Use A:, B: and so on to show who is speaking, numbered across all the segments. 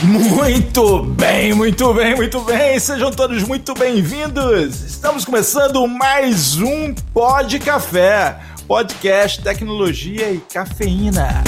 A: Muito bem, muito bem, muito bem. Sejam todos muito bem-vindos. Estamos começando mais um Pod Café, podcast, tecnologia e cafeína.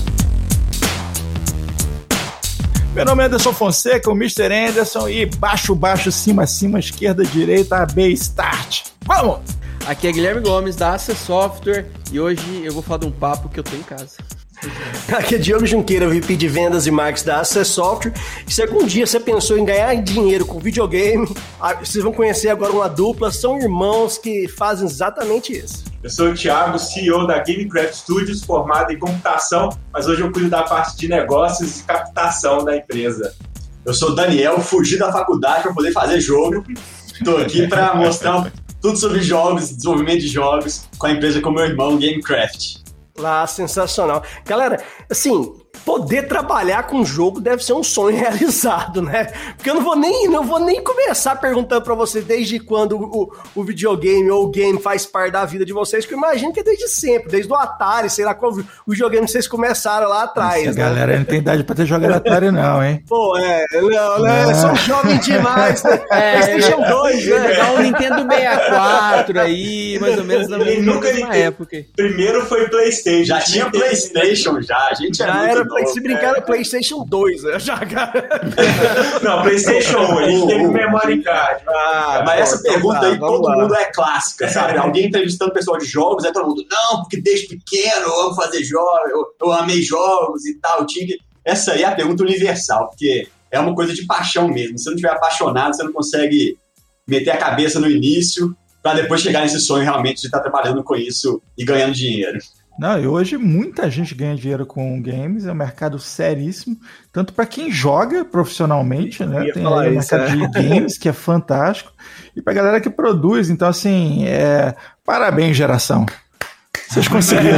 A: Meu nome é Anderson Fonseca, o Mr. Anderson, e baixo, cima, esquerda, direita, AB, start. Vamos!
B: Aqui é Guilherme Gomes, da AC Software, e hoje eu vou falar de um papo que eu tô em casa.
C: Aqui é Diogo Junqueira, VP de Vendas e Marketing da AC Software. E se algum dia você pensou em ganhar dinheiro com videogame, vocês vão conhecer agora uma dupla, são irmãos que fazem exatamente isso.
D: Eu sou o Thiago, CEO da GameCraft Studios, formado em computação, mas hoje eu cuido da parte de negócios e captação da empresa.
E: Eu sou o Daniel, fugi da faculdade para poder fazer jogo. Estou aqui para mostrar tudo sobre jogos, desenvolvimento de jogos, com a empresa com meu irmão, GameCraft.
C: Lá, sensacional. Galera, assim, poder trabalhar com jogo deve ser um sonho realizado, né? Porque eu não vou nem começar perguntando pra vocês desde quando o videogame ou o game faz parte da vida de vocês, que eu imagino que é desde sempre, desde o Atari, sei lá qual o videogame que vocês começaram lá atrás.
A: Essa galera não tem idade pra ter jogado Atari não, hein?
C: Pô, não, são jovens demais, né? PlayStation 2, né?
B: Pegar um Nintendo 64 aí, mais ou menos na mesma época.
D: Primeiro foi PlayStation.
E: Já tinha PlayStation, já. A gente
C: já era, se brincar, era PlayStation 2, né? Já, cara.
D: Não, PlayStation 1, a gente teve memory card.
E: Mas essa pergunta aí, todo mundo é clássica, sabe? Alguém entrevistando pessoal de jogos, aí todo mundo, não, porque desde pequeno eu amo fazer jogos, eu amei jogos e tal. Essa aí é a pergunta universal, porque é uma coisa de paixão mesmo. Se você não estiver apaixonado, você não consegue meter a cabeça no início para depois chegar nesse sonho realmente de estar trabalhando com isso e ganhando dinheiro.
A: Não, e hoje muita gente ganha dinheiro com games, é um mercado seríssimo, tanto para quem joga profissionalmente, né? Tem aí o mercado de games, que é fantástico, e para a galera que produz. Então, assim, parabéns, geração. Vocês conseguiram.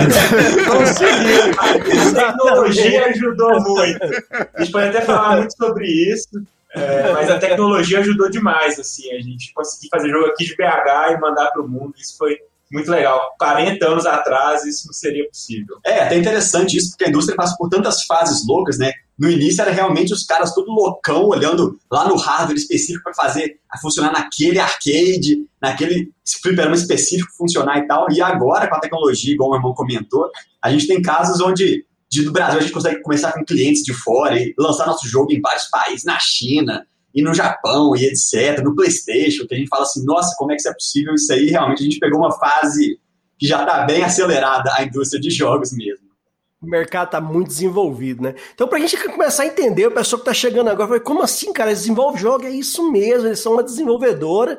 D: A tecnologia ajudou muito. A gente pode até falar muito sobre isso, mas a tecnologia ajudou demais, assim, a gente conseguir fazer jogo aqui de BH e mandar para o mundo. Isso foi muito legal. 40 anos atrás isso não seria possível.
E: Até interessante isso, porque a indústria passa por tantas fases loucas, né? No início era realmente os caras todo loucão, olhando lá no hardware específico para fazer funcionar naquele arcade, naquele fliperama específico funcionar e tal. E agora, com a tecnologia, igual o meu irmão comentou, a gente tem casos onde do Brasil a gente consegue começar com clientes de fora e lançar nosso jogo em vários países, na China e no Japão e etc, no PlayStation, que a gente fala assim, nossa, como é que isso é possível? Isso aí, realmente, a gente pegou uma fase que já está bem acelerada, a indústria de jogos mesmo.
C: O mercado está muito desenvolvido, né? Então, para a gente começar a entender, o pessoal que está chegando agora, fala, como assim, cara? Eles desenvolvem jogo? É isso mesmo, eles são uma desenvolvedora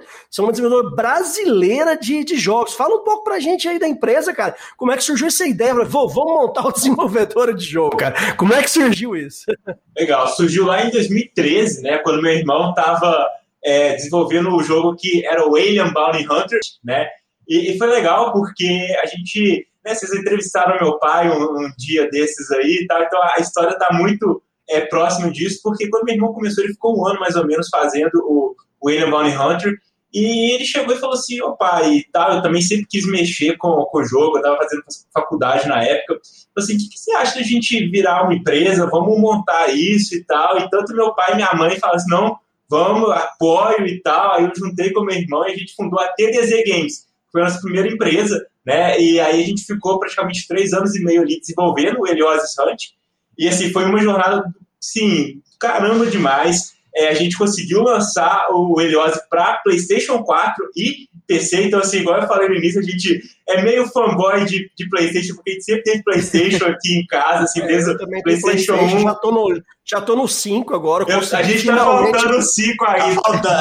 C: brasileira de jogos. Fala um pouco pra gente aí da empresa, cara. Como é que surgiu essa ideia? Vamos montar uma desenvolvedora de jogo, cara. Como é que surgiu isso?
D: Legal, surgiu lá em 2013, né? Quando meu irmão estava desenvolvendo o jogo que era o Alien Bounty Hunter, né? E foi legal porque a gente... Vocês entrevistaram meu pai um dia desses aí, tá? Então a história está muito próxima disso, porque quando meu irmão começou, ele ficou um ano mais ou menos fazendo o Alien Bounty Hunter, e ele chegou e falou assim, pai, eu também sempre quis mexer com o jogo, eu estava fazendo faculdade na época, falou assim, o que você acha da gente virar uma empresa, vamos montar isso e tal, e tanto meu pai e minha mãe falaram assim, não, vamos, apoio e tal, aí eu juntei com meu irmão e a gente fundou a TDZ Games, foi a nossa primeira empresa, né? E aí a gente ficou praticamente 3 anos e meio ali desenvolvendo o Helios Hunt, e assim, foi uma jornada, sim, caramba demais. A gente conseguiu lançar o Helios para PlayStation 4 e PC, então assim, igual eu falei no início, a gente é meio fanboy de PlayStation, porque a gente sempre teve PlayStation aqui em casa, assim, desde o PlayStation 1.
C: Já tô no 5 agora.
D: A gente tá faltando o 5 aí.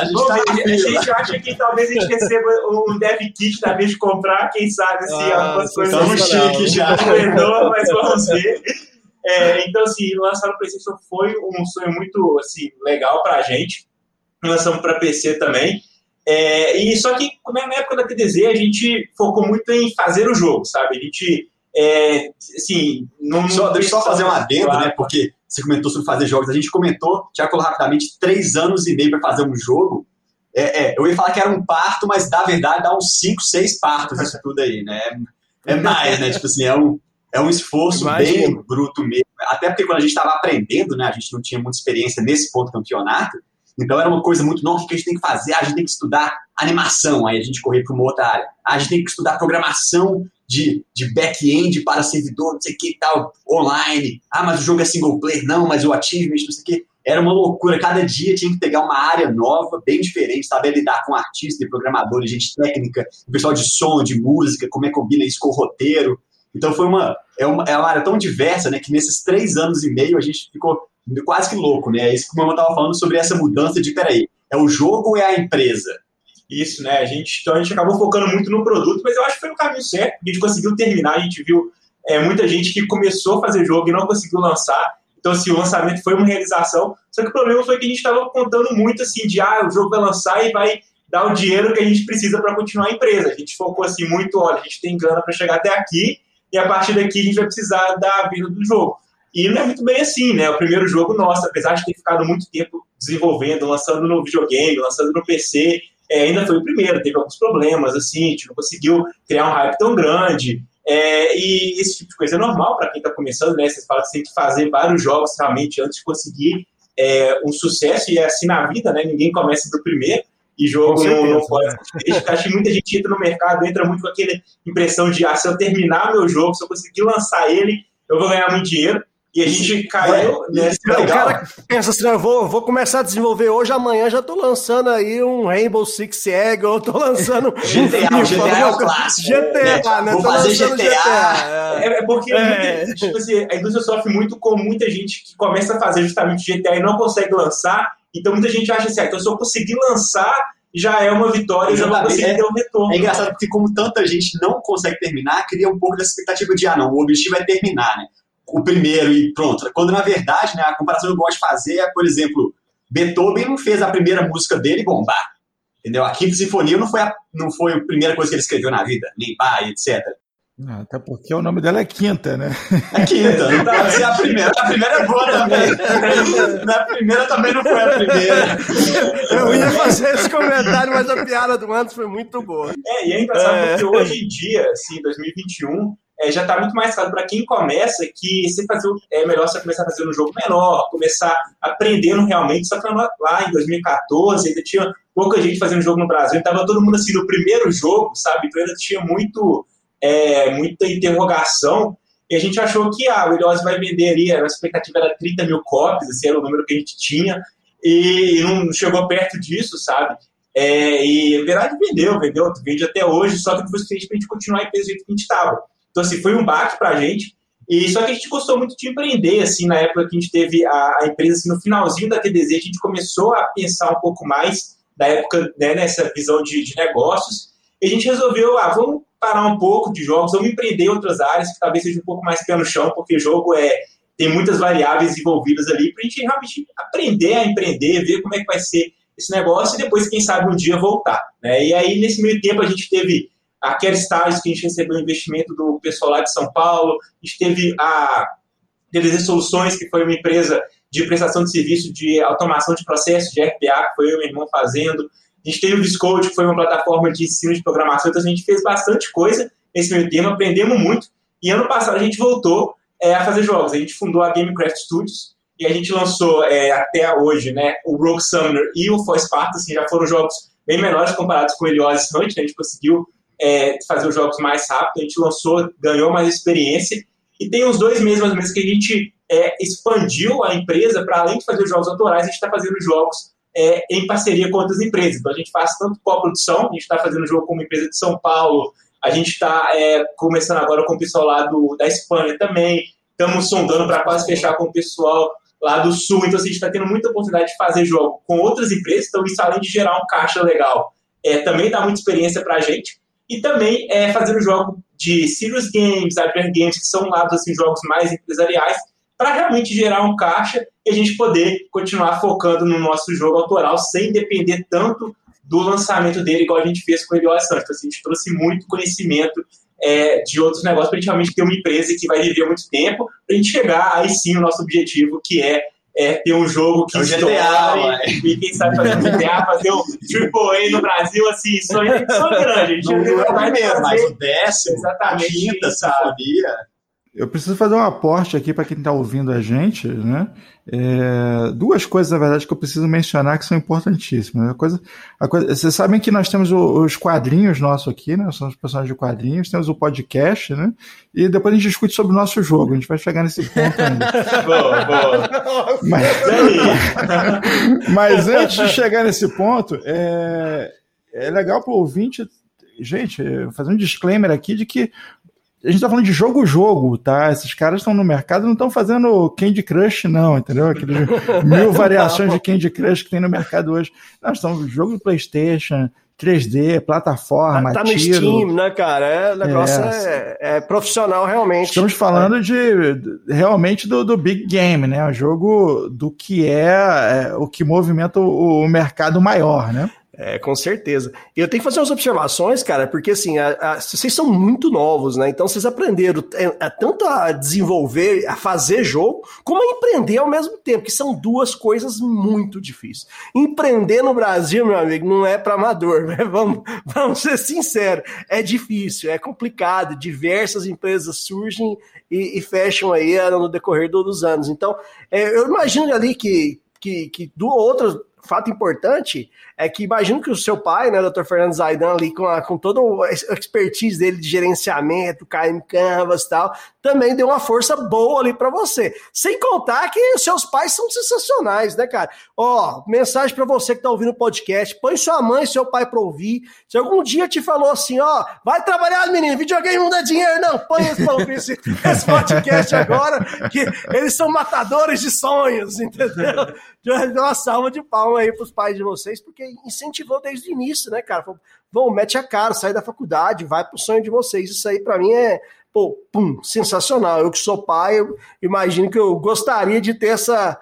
D: A gente acha que talvez a gente receba um dev kit da vez de comprar, quem sabe, assim, algumas coisas.
E: Estamos chiques já.
D: Mas vamos ver. Então, assim, lançar no PlayStation foi um sonho muito, assim, legal pra gente. Lançamos pra PC também. E só que na época da TDZ a gente focou muito em fazer o jogo, sabe? A gente, assim...
E: Deixa eu só fazer um adendo, claro, né? Porque você comentou sobre fazer jogos. A gente comentou, já falou rapidamente, 3 anos e meio para fazer um jogo. Eu ia falar que era um parto, mas na verdade dá uns 5, 6 partos isso tudo aí, né? É mais, né? Tipo assim, é um esforço bem bruto mesmo. Até porque quando a gente estava aprendendo, né, a gente não tinha muita experiência nesse ponto do campeonato, então era uma coisa muito, não, o que a gente tem que fazer? A gente tem que estudar animação, aí a gente corria para uma outra área. A gente tem que estudar programação de back-end para servidor, não sei o que e tal, online. Mas o jogo é single player, não, mas o achievement, não sei o que. Era uma loucura, cada dia tinha que pegar uma área nova, bem diferente, saber lidar com artista e programador, gente técnica, pessoal de som, de música, como é que combina isso com o roteiro. Então é uma área tão diversa, né, que nesses 3 anos e meio a gente ficou quase que louco, né? É isso que o Mamão estava falando sobre essa mudança de, peraí, é o jogo ou é a empresa?
D: Isso, né? Então a gente acabou focando muito no produto, mas eu acho que foi no caminho certo. A gente conseguiu terminar, a gente viu muita gente que começou a fazer jogo e não conseguiu lançar. Então, assim, o lançamento foi uma realização. Só que o problema foi que a gente estava contando muito, assim, de o jogo vai lançar e vai dar o dinheiro que a gente precisa para continuar a empresa. A gente focou, assim, muito, olha, a gente tem grana para chegar até aqui e a partir daqui a gente vai precisar da vida do jogo. E não é muito bem assim, né? O primeiro jogo nosso, apesar de ter ficado muito tempo desenvolvendo, lançando no videogame, lançando no PC, ainda foi o primeiro. Teve alguns problemas, assim, a gente não conseguiu criar um hype tão grande. E esse tipo de coisa é normal para quem está começando, né? Você fala que você tem que fazer vários jogos realmente antes de conseguir um sucesso, e é assim na vida, né? Ninguém começa do primeiro, e jogo não pode. Acho que muita gente entra no mercado, entra muito com aquela impressão de se eu terminar meu jogo, se eu conseguir lançar ele, eu vou ganhar muito dinheiro. E a gente caiu nessa.
C: O cara pensa assim, eu vou começar a desenvolver hoje, amanhã já tô lançando aí um Rainbow Six Siege, ou tô lançando
E: GTA é o clássico.
C: GTA, né?
E: Vou fazer GTA.
D: É porque tipo assim, a indústria sofre muito com muita gente que começa a fazer justamente GTA e não consegue lançar. Então muita gente acha assim, então se eu conseguir lançar, já é uma vitória, já vou conseguir ter um retorno.
E: É engraçado porque como tanta gente não consegue terminar, cria um pouco dessa expectativa de, não, o objetivo é terminar, né? O primeiro e pronto. Quando, na verdade, né, a comparação que eu gosto de fazer é, por exemplo, Beethoven não fez a primeira música dele bombar. Entendeu? A Quinta Sinfonia não foi a primeira coisa que ele escreveu na vida, nem Bach, etc.
A: Até porque o nome dela é Quinta, né?
E: É Quinta, não pode ser a primeira. A primeira é boa também. Na primeira também não foi a primeira.
C: Eu ia fazer esse comentário, mas a piada do Anderson foi muito boa.
D: E é engraçado porque hoje em dia, assim, 2021... já está muito mais claro para quem começa que é melhor você começar a fazer um jogo menor, começar aprendendo realmente. Só que lá em 2014 ainda tinha pouca gente fazendo jogo no Brasil, estava todo mundo assim no primeiro jogo, sabe? Então ainda tinha muita interrogação, e a gente achou que o Helios vai vender ali, a expectativa era 30 mil cópias, esse era o número que a gente tinha, e não chegou perto disso, sabe? E a verdade vende até hoje, só que não foi suficiente para a gente continuar a empresa do jeito que a gente estava. Então, assim, foi um baque pra gente, e só que a gente gostou muito de empreender, assim, na época que a gente teve a empresa, assim, no finalzinho da TDZ, a gente começou a pensar um pouco mais da época, né, nessa visão de negócios, e a gente resolveu, vamos parar um pouco de jogos, vamos empreender em outras áreas, que talvez seja um pouco mais pé no chão, porque jogo tem muitas variáveis envolvidas ali, pra gente realmente aprender a empreender, ver como é que vai ser esse negócio, e depois, quem sabe, um dia voltar, né? E aí, nesse meio tempo, a gente teve a Care Stars, que a gente recebeu investimento do pessoal lá de São Paulo, a gente teve a DDZ Soluções, que foi uma empresa de prestação de serviço de automação de processos, de RPA, que foi eu e meu irmão fazendo, a gente teve o Viscode, que foi uma plataforma de ensino de programação, então a gente fez bastante coisa nesse meio tempo, aprendemos muito, e ano passado a gente voltou a fazer jogos, a gente fundou a Gamecraft Studios, e a gente lançou até hoje, né, o Rogue Summoner e o For Sparta, assim, já foram jogos bem menores comparados com o Helios Hunt, né, a gente conseguiu fazer os jogos mais rápido, a gente lançou, ganhou mais experiência, e tem uns 2 meses mais ou menos que a gente expandiu a empresa para além de fazer os jogos autorais, a gente está fazendo jogos em parceria com outras empresas. Então a gente faz tanto coprodução, a gente está fazendo jogo com uma empresa de São Paulo, a gente está começando agora com o pessoal lá da Espanha também, estamos sondando para quase fechar com o pessoal lá do Sul, então assim, a gente está tendo muita oportunidade de fazer jogo com outras empresas, então isso além de gerar um caixa legal, também dá muita experiência para a gente, e também fazer o jogo de serious games, advert games, que são lados assim, jogos mais empresariais, para realmente gerar um caixa e a gente poder continuar focando no nosso jogo autoral sem depender tanto do lançamento dele, igual a gente fez com o Helios Hunt. Então, assim, a gente trouxe muito conhecimento de outros negócios para a gente realmente ter uma empresa que vai viver muito tempo, para a gente chegar aí sim o nosso objetivo, que é ter um jogo que estoure, e quem sabe fazer um GTA, fazer um AAA no Brasil, assim, sonho grande. A gente
E: não é o primeiro, mas o 10º,
D: exatamente,
E: quinta sinfonia.
A: Eu preciso fazer um aporte aqui para quem está ouvindo a gente, né? Duas coisas, na verdade, que eu preciso mencionar que são importantíssimas. Vocês sabem que nós temos os quadrinhos nossos aqui, né? Somos personagens de quadrinhos, temos o podcast, né? E depois a gente discute sobre o nosso jogo. A gente vai chegar nesse ponto ainda.
D: Boa.
A: Mas antes de chegar nesse ponto, é legal para o ouvinte, gente, fazer um disclaimer aqui de que a gente tá falando de jogo, tá? Esses caras estão no mercado, não estão fazendo Candy Crush, não, entendeu? Aqueles 1000 variações de Candy Crush que tem no mercado hoje. Nós estamos jogo de PlayStation, 3D, plataforma,
C: tá
A: tiro.
C: No Steam, né, cara? O negócio é profissional, realmente.
A: Estamos falando realmente do Big Game, né? O jogo do que o que movimenta o mercado maior, né?
C: Com certeza. E eu tenho que fazer umas observações, cara, porque assim, vocês são muito novos, né? Então vocês aprenderam tanto a desenvolver, a fazer jogo, como a empreender ao mesmo tempo, que são duas coisas muito difíceis. Empreender no Brasil, meu amigo, não é para amador, né? Vamos ser sinceros, é difícil, é complicado, diversas empresas surgem e fecham aí no decorrer dos anos. Então, eu imagino ali que outro fato importante é que imagino que o seu pai, né, Dr. Fernando Zaidan, ali com toda a expertise dele de gerenciamento, KM Canvas e tal, também deu uma força boa ali pra você. Sem contar que os seus pais são sensacionais, né, cara? Mensagem pra você que tá ouvindo o podcast, põe sua mãe e seu pai pra ouvir. Se algum dia te falou assim, vai trabalhar, menino, videogame não dá dinheiro, não, põe eles pra ouvir esse podcast agora, que eles são matadores de sonhos, entendeu? Deu uma salva de palma aí pros pais de vocês, porque incentivou desde o início, né, cara? Mete a cara, sai da faculdade, vai pro sonho de vocês. Isso aí pra mim é, sensacional. Eu que sou pai, eu imagino que eu gostaria de ter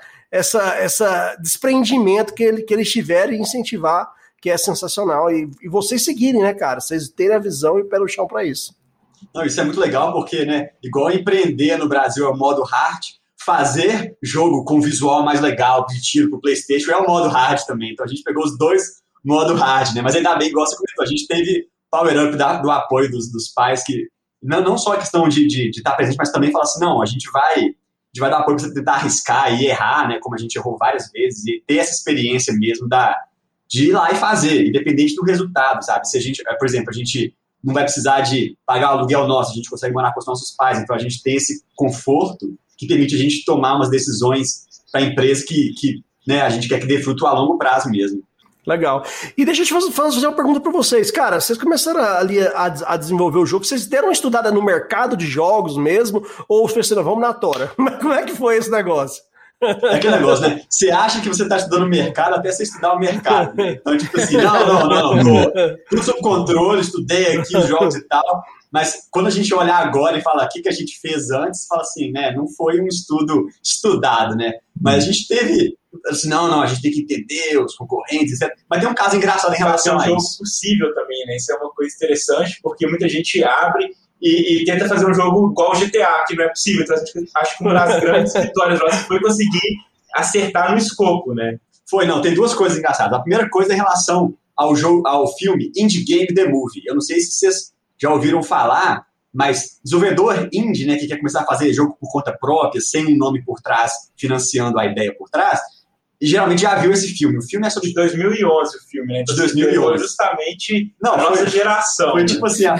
C: essa desprendimento que eles tiveram e incentivar, que é sensacional. E vocês seguirem, né, cara? Vocês terem a visão e o pé no chão pra isso.
E: Não, isso é muito legal porque, né, igual empreender no Brasil é o modo hard, fazer jogo com visual mais legal, de tiro pro PlayStation, é o modo hard também. Então a gente pegou os dois modo hard, né? Mas ainda bem, igual você comentou, a gente teve power-up do apoio dos pais, que não só a questão de estar presente, mas também falar assim, não, a gente vai dar apoio pra você tentar arriscar e errar, né? Como a gente errou várias vezes, e ter essa experiência mesmo de ir lá e fazer, independente do resultado, sabe? Se a gente, por exemplo, a gente não vai precisar de pagar o aluguel nosso, a gente consegue morar com os nossos pais, então a gente tem esse conforto que permite a gente tomar umas decisões para a empresa que né, a gente quer que dê fruto a longo prazo mesmo.
C: Legal. E deixa eu te fazer uma pergunta para vocês. Cara, vocês começaram ali a desenvolver o jogo, vocês deram uma estudada no mercado de jogos mesmo, ou pensaram, vamos na tora? Como é que foi esse negócio?
E: É aquele negócio, né? Você acha que você está estudando o mercado até você estudar o mercado, né? Então, tipo assim, não, tudo sob controle, estudei aqui os jogos e tal, mas quando a gente olhar agora e falar o que a gente fez antes, fala assim, né? Não foi um estudo estudado, né? Mas a gente teve, assim, não, a gente tem que entender os concorrentes, etc. Mas tem um caso engraçado em relação a isso. É um jogo
D: possível também, né? Isso é uma coisa interessante, porque muita gente abre e tenta fazer um jogo igual o GTA, que não é possível. Então, acho que uma das grandes vitórias nossas foi conseguir acertar no escopo, né?
E: Tem duas coisas engraçadas. A primeira coisa é em relação ao filme Indie Game The Movie. Eu não sei se vocês já ouviram falar, mas desenvolvedor indie, né, que quer começar a fazer jogo por conta própria, sem um nome por trás, financiando a ideia por trás, e geralmente já viu esse filme. O filme é sobre...
D: De 2011 o filme, né?
E: De 2011.
D: Justamente a nossa geração.
E: Foi tipo assim...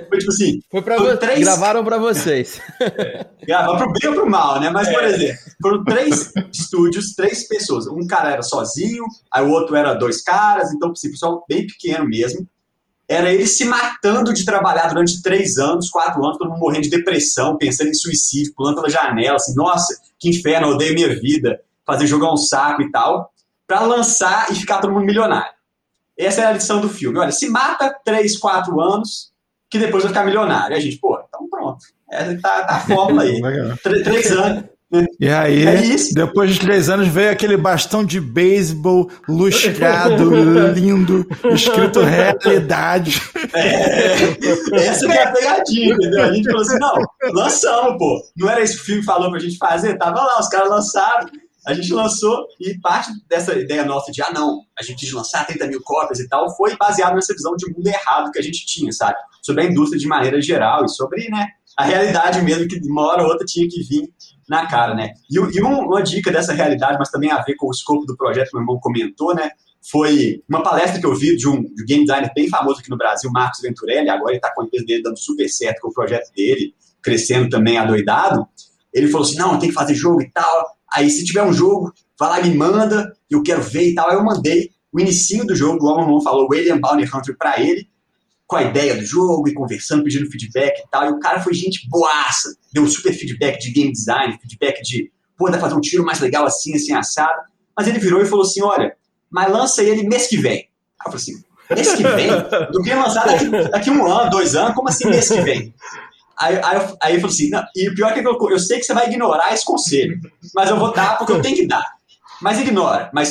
B: Foi pra gravaram pra vocês.
E: Gravaram pro bem ou pro mal, né? Mas, por exemplo, foram 3 estúdios, 3 pessoas. Um cara era sozinho, aí o outro era 2 caras, então, assim, pessoal bem pequeno mesmo. Era ele se matando de trabalhar durante 3 anos, 4 anos, todo mundo morrendo de depressão, pensando em suicídio, pulando pela janela, assim, nossa, que inferno, eu odeio minha vida. Fazer jogar um saco e tal, pra lançar e ficar todo mundo milionário. Essa é a lição do filme. Olha, se mata 3, 4 anos, que depois vai ficar milionário. E a gente, então pronto. Tá a fórmula aí. 3 anos.
A: E aí, depois de 3 anos, veio aquele bastão de beisebol lustrado, lindo, escrito realidade.
E: Essa que é a pegadinha, entendeu? A gente falou assim, não, lançamos, pô. Não era isso que o filme falou pra gente fazer? Tava lá, os caras lançaram. A gente lançou, e parte dessa ideia nossa de, a gente quis lançar 30 mil cópias e tal, foi baseado nessa visão de mundo errado que a gente tinha, sabe? Sobre a indústria de maneira geral e sobre, né, a realidade mesmo, que uma hora ou outra tinha que vir na cara, né? E uma dica dessa realidade, mas também a ver com o escopo do projeto que meu irmão comentou, né? Foi uma palestra que eu vi de um game designer bem famoso aqui no Brasil, Marcos Venturelli. Agora ele está com a empresa dele dando super certo com o projeto dele, crescendo também adoidado. Ele falou assim, não, tem que fazer jogo e tal. Aí se tiver um jogo, vai lá e me manda, eu quero ver e tal. Aí eu mandei o inicinho do jogo, o meu irmão falou Alien Bounty Hunter para ele, com a ideia do jogo e conversando, pedindo feedback e tal. E o cara foi gente boaça, deu super feedback de game design, feedback de, pô, dá pra fazer um tiro mais legal assim, assim, assado. Mas ele virou e falou assim, olha, mas lança ele mês que vem. Aí eu falei assim, mês que vem? Do que lançar daqui 1 ano, 2 anos? Como assim mês que vem? Aí ele falou assim, não, e o pior é que eu sei que você vai ignorar esse conselho, mas eu vou dar porque eu tenho que dar. Mas ignora. Mas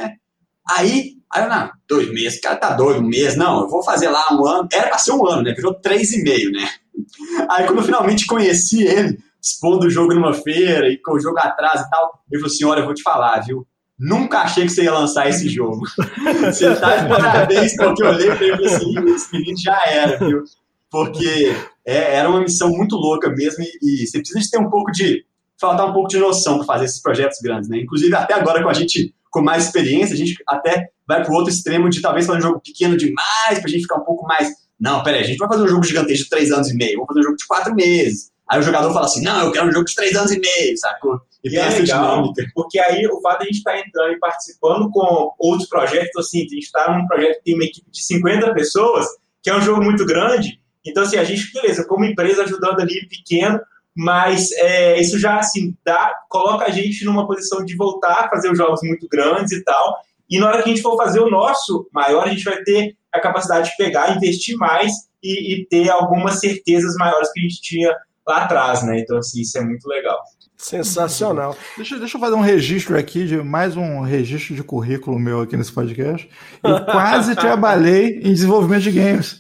E: aí eu, não, 2 meses, o cara tá doido, 1 mês, não, eu vou fazer lá 1 ano. Era pra ser 1 ano, né? Virou 3,5, né? Aí quando eu finalmente conheci ele, expondo o jogo numa feira e com o jogo atrás e tal, ele falou assim, olha, eu vou te falar, viu? Nunca achei que você ia lançar esse jogo. Você tá de parabéns, porque eu olhei pra ele e falei assim, esse menino já era, viu? Porque era uma missão muito louca mesmo e você precisa de ter faltar um pouco de noção para fazer esses projetos grandes, né? Inclusive, até agora com mais experiência, a gente até vai pro outro extremo de talvez fazer um jogo pequeno demais, pra gente ficar um pouco mais... Não, peraí, a gente vai fazer um jogo gigantesco de 3 anos e meio, vamos fazer um jogo de 4 meses. Aí o jogador fala assim, não, eu quero um jogo de 3 anos e meio, sacou?
D: E tem essa dinâmica. Porque aí o fato de a gente estar entrando e participando com outros projetos, assim, a gente está num projeto que tem uma equipe de 50 pessoas, que é um jogo muito grande, então assim, a gente, beleza, como empresa ajudando ali pequeno, mas isso já, assim, coloca a gente numa posição de voltar a fazer os jogos muito grandes e tal, e na hora que a gente for fazer o nosso maior, a gente vai ter a capacidade de pegar, investir mais e ter algumas certezas maiores que a gente tinha lá atrás, né? Então, assim, isso é muito legal.
C: Sensacional.
A: Deixa eu fazer um registro aqui, mais um registro de currículo meu aqui nesse podcast. Eu quase trabalhei em desenvolvimento de games.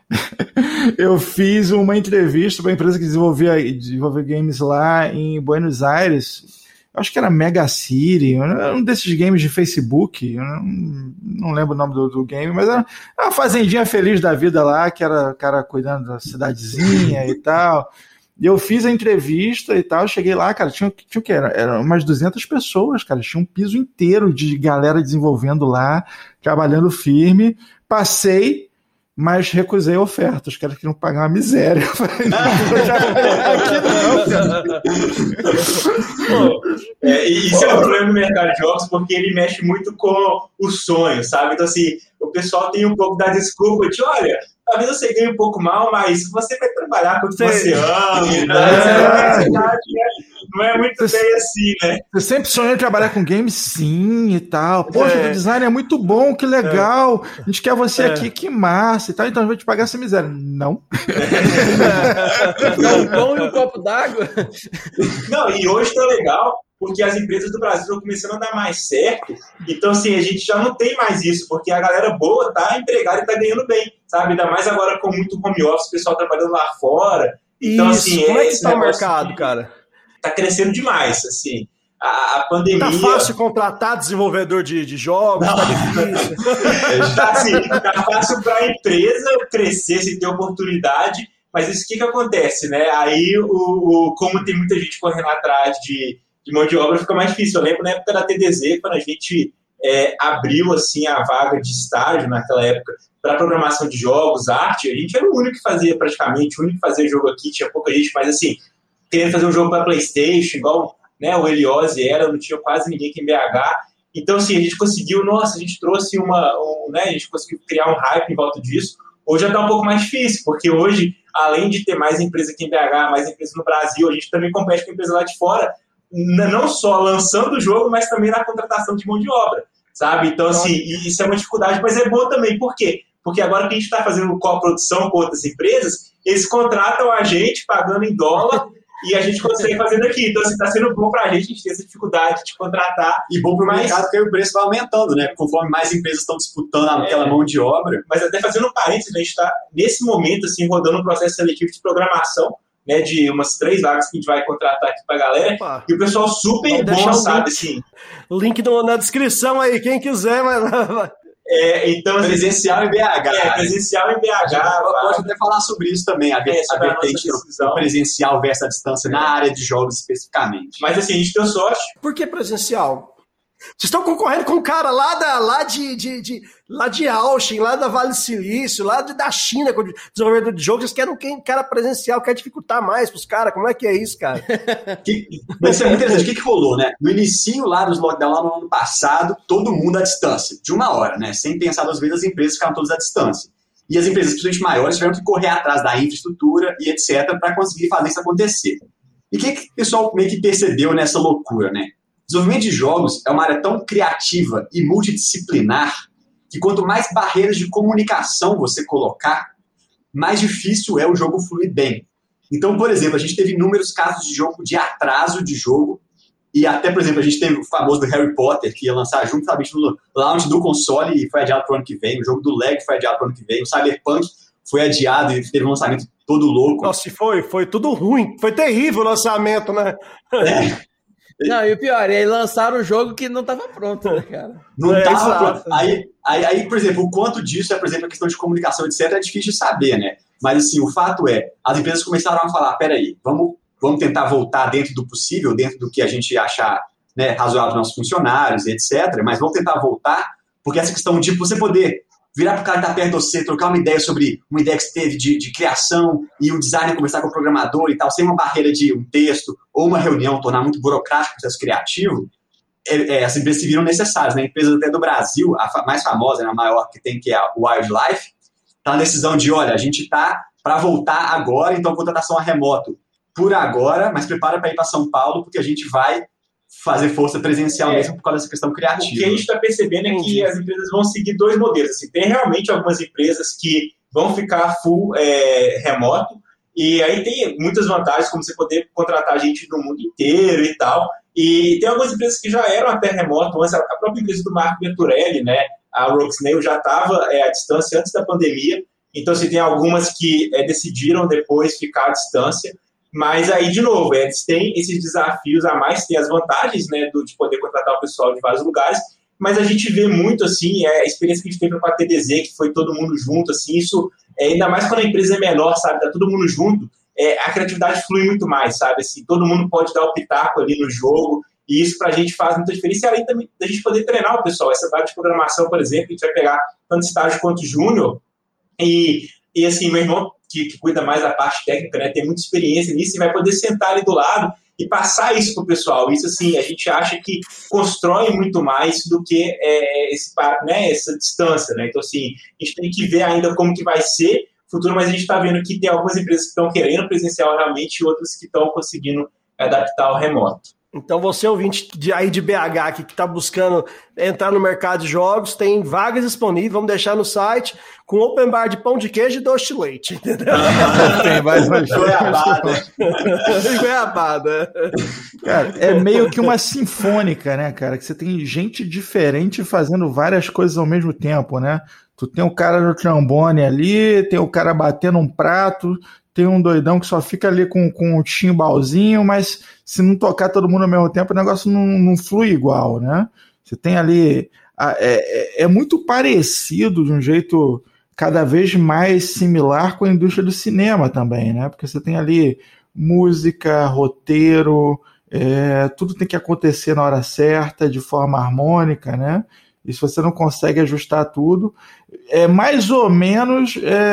A: Eu fiz uma entrevista para uma empresa que desenvolvia games lá em Buenos Aires. Eu acho que era Mega City, um desses games de Facebook. Eu não lembro o nome do game, mas era uma fazendinha feliz da vida lá, que era o cara cuidando da cidadezinha e tal. E eu fiz a entrevista e tal, cheguei lá, cara, tinha o que? Era umas 200 pessoas, cara, tinha um piso inteiro de galera desenvolvendo lá, trabalhando firme. Passei, mas recusei a oferta. Os caras queriam pagar uma miséria. Eu falei,
D: isso é um problema no mercado de jogos, porque ele mexe muito com o sonho, sabe? Então, assim, o pessoal tem um pouco da desculpa de, olha, talvez você ganhe um pouco mal, mas você vai trabalhar com o que você ama. Não é muito bem assim, né?
A: Você sempre sonhou em trabalhar com games? Sim, e tal. Poxa, o design é muito bom, que legal. A gente quer você aqui, que massa e tal. Então a gente vai te pagar essa miséria. Não.
B: Um pão e um copo d'água.
D: Não, e hoje tá legal, porque as empresas do Brasil estão começando a dar mais certo. Então, assim, a gente já não tem mais isso, porque a galera boa tá empregada e tá ganhando bem, sabe? Ainda mais agora com muito home office, o pessoal trabalhando lá fora. Então,
C: isso,
D: assim,
C: como é que tá o mercado, cara?
D: Tá crescendo demais, assim. A pandemia...
C: Tá fácil contratar desenvolvedor de jogos, tá difícil.
D: Tá fácil para a empresa crescer, se ter oportunidade, mas isso que acontece, né? Aí, como tem muita gente correndo atrás de mão de obra, fica mais difícil. Eu lembro na época da TDZ, quando a gente abriu assim, a vaga de estágio naquela época para programação de jogos, arte, a gente era o único que fazia praticamente, o único que fazia jogo aqui, tinha pouca gente, mas assim, querendo fazer um jogo para PlayStation, igual, né, o Eliose não tinha quase ninguém aqui em BH. Então, assim, a gente conseguiu, a gente trouxe a gente conseguiu criar um hype em volta disso. Hoje já está um pouco mais difícil, porque hoje, além de ter mais empresa aqui em BH, mais empresa no Brasil, a gente também compete com empresa lá de fora, não só lançando o jogo, mas também na contratação de mão de obra, sabe? Então, assim, isso é uma dificuldade, mas é bom também. Por quê? Porque agora que a gente está fazendo coprodução com outras empresas, eles contratam a gente pagando em dólar e a gente consegue fazer daqui. Então, assim, está sendo bom para a gente ter essa dificuldade de contratar.
E: E bom para o mercado, porque o preço vai aumentando, né? Conforme mais empresas estão disputando aquela mão de obra.
D: Mas até fazendo um parênteses, a gente está, nesse momento, assim, rodando um processo seletivo de programação, né, de umas 3 vagas que a gente vai contratar aqui pra galera. Opa. E o pessoal super bom, sabe, assim.
C: Link na descrição aí, quem quiser, mas...
D: Então,
E: presencial em BH.
D: Presencial em BH.
E: Pode até falar sobre isso também, a vertente do presencial versus a distância na área de jogos especificamente.
D: Mas assim, a gente deu sorte.
C: Por que presencial? Vocês estão concorrendo com um cara lá de Austin, lá da Vale do Silício, lá da China, com o desenvolvedor de jogos. Vocês querem um cara presencial, quer dificultar mais pros caras. Como é que é isso, cara?
E: Mas isso é muito interessante. O que rolou, né? No início lá dos lockdown, lá no ano passado, todo mundo à distância, de 1 hora, né? Sem pensar 2 vezes, as empresas ficaram todas à distância. E as empresas, principalmente maiores, tiveram que correr atrás da infraestrutura e etc. para conseguir fazer isso acontecer. E o que o pessoal meio que percebeu nessa loucura, né? Desenvolvimento de jogos é uma área tão criativa e multidisciplinar que quanto mais barreiras de comunicação você colocar, mais difícil é o jogo fluir bem. Então, por exemplo, a gente teve inúmeros casos de atraso de jogo, e até, por exemplo, a gente teve o famoso do Harry Potter, que ia lançar justamente no launch do console e foi adiado para o ano que vem, o jogo do Lego foi adiado para o ano que vem, o Cyberpunk foi adiado e teve um lançamento todo louco.
C: Nossa, foi tudo ruim, foi terrível o lançamento, né?
B: Não, e o pior, aí lançaram um jogo que não estava pronto, né, cara?
E: Não estava pronto. Aí, por exemplo, o quanto disso é, por exemplo, a questão de comunicação, etc., é difícil de saber, né? Mas, assim, o fato é, as empresas começaram a falar, peraí, vamos tentar voltar dentro do possível, dentro do que a gente achar, né, razoável para nossos funcionários, etc., mas vamos tentar voltar, porque essa questão de você poder virar para o cara que está perto de você, trocar uma ideia sobre uma ideia que você teve de criação e o designer conversar com o programador e tal, sem uma barreira de um texto ou uma reunião, tornar muito burocrático o processo criativo, as empresas se viram necessárias, né? Empresas até do Brasil, a mais famosa, né, a maior que tem, que é a Wildlife, está na decisão de, olha, a gente está para voltar agora, então contratação a remoto por agora, mas prepara para ir para São Paulo, porque a gente vai fazer força presencial mesmo por causa dessa questão criativa.
D: O que a gente está percebendo é que as empresas vão seguir 2 modelos. Assim, tem realmente algumas empresas que vão ficar full remoto, e aí tem muitas vantagens, como você poder contratar gente do mundo inteiro e tal. E tem algumas empresas que já eram até remoto antes. A própria empresa do Marco Venturelli, né, a Rocksnail, já estava à distância antes da pandemia. Então, assim, tem algumas que decidiram depois ficar à distância. Mas aí, de novo, eles têm esses desafios a mais, tem as vantagens, né, de poder contratar o pessoal de vários lugares, mas a gente vê muito, assim, a experiência que a gente teve com a TDZ, que foi todo mundo junto, assim, isso, ainda mais quando a empresa é menor, sabe, tá todo mundo junto, a criatividade flui muito mais, sabe, assim, todo mundo pode dar o pitaco ali no jogo, e isso pra gente faz muita diferença, e além também da gente poder treinar o pessoal, essa parte de programação, por exemplo, a gente vai pegar tanto estágio quanto júnior, e assim, meu irmão, que cuida mais da parte técnica, né, tem muita experiência nisso e vai poder sentar ali do lado e passar isso para o pessoal. Isso, assim, a gente acha que constrói muito mais do que essa distância, né? Então, assim, a gente tem que ver ainda como que vai ser o futuro, mas a gente está vendo que tem algumas empresas que estão querendo presencial realmente e outras que estão conseguindo adaptar ao remoto.
C: Então você, ouvinte aí de BH aqui, que está buscando entrar no mercado de jogos, tem vagas disponíveis, vamos deixar no site, com open bar de pão de queijo e doce de leite, entendeu?
A: Tem mais
C: goiabada.
A: Cara, é meio que uma sinfônica, né, cara? Que você tem gente diferente fazendo várias coisas ao mesmo tempo, né? Tu tem o cara no trombone ali, tem o cara batendo um prato, tem um doidão que só fica ali com um timbalzinho, mas se não tocar todo mundo ao mesmo tempo, o negócio não flui igual, né? Você tem ali... É muito parecido, de um jeito cada vez mais similar com a indústria do cinema também, né? Porque você tem ali música, roteiro, tudo tem que acontecer na hora certa, de forma harmônica, né? E se você não consegue ajustar tudo, mais ou menos...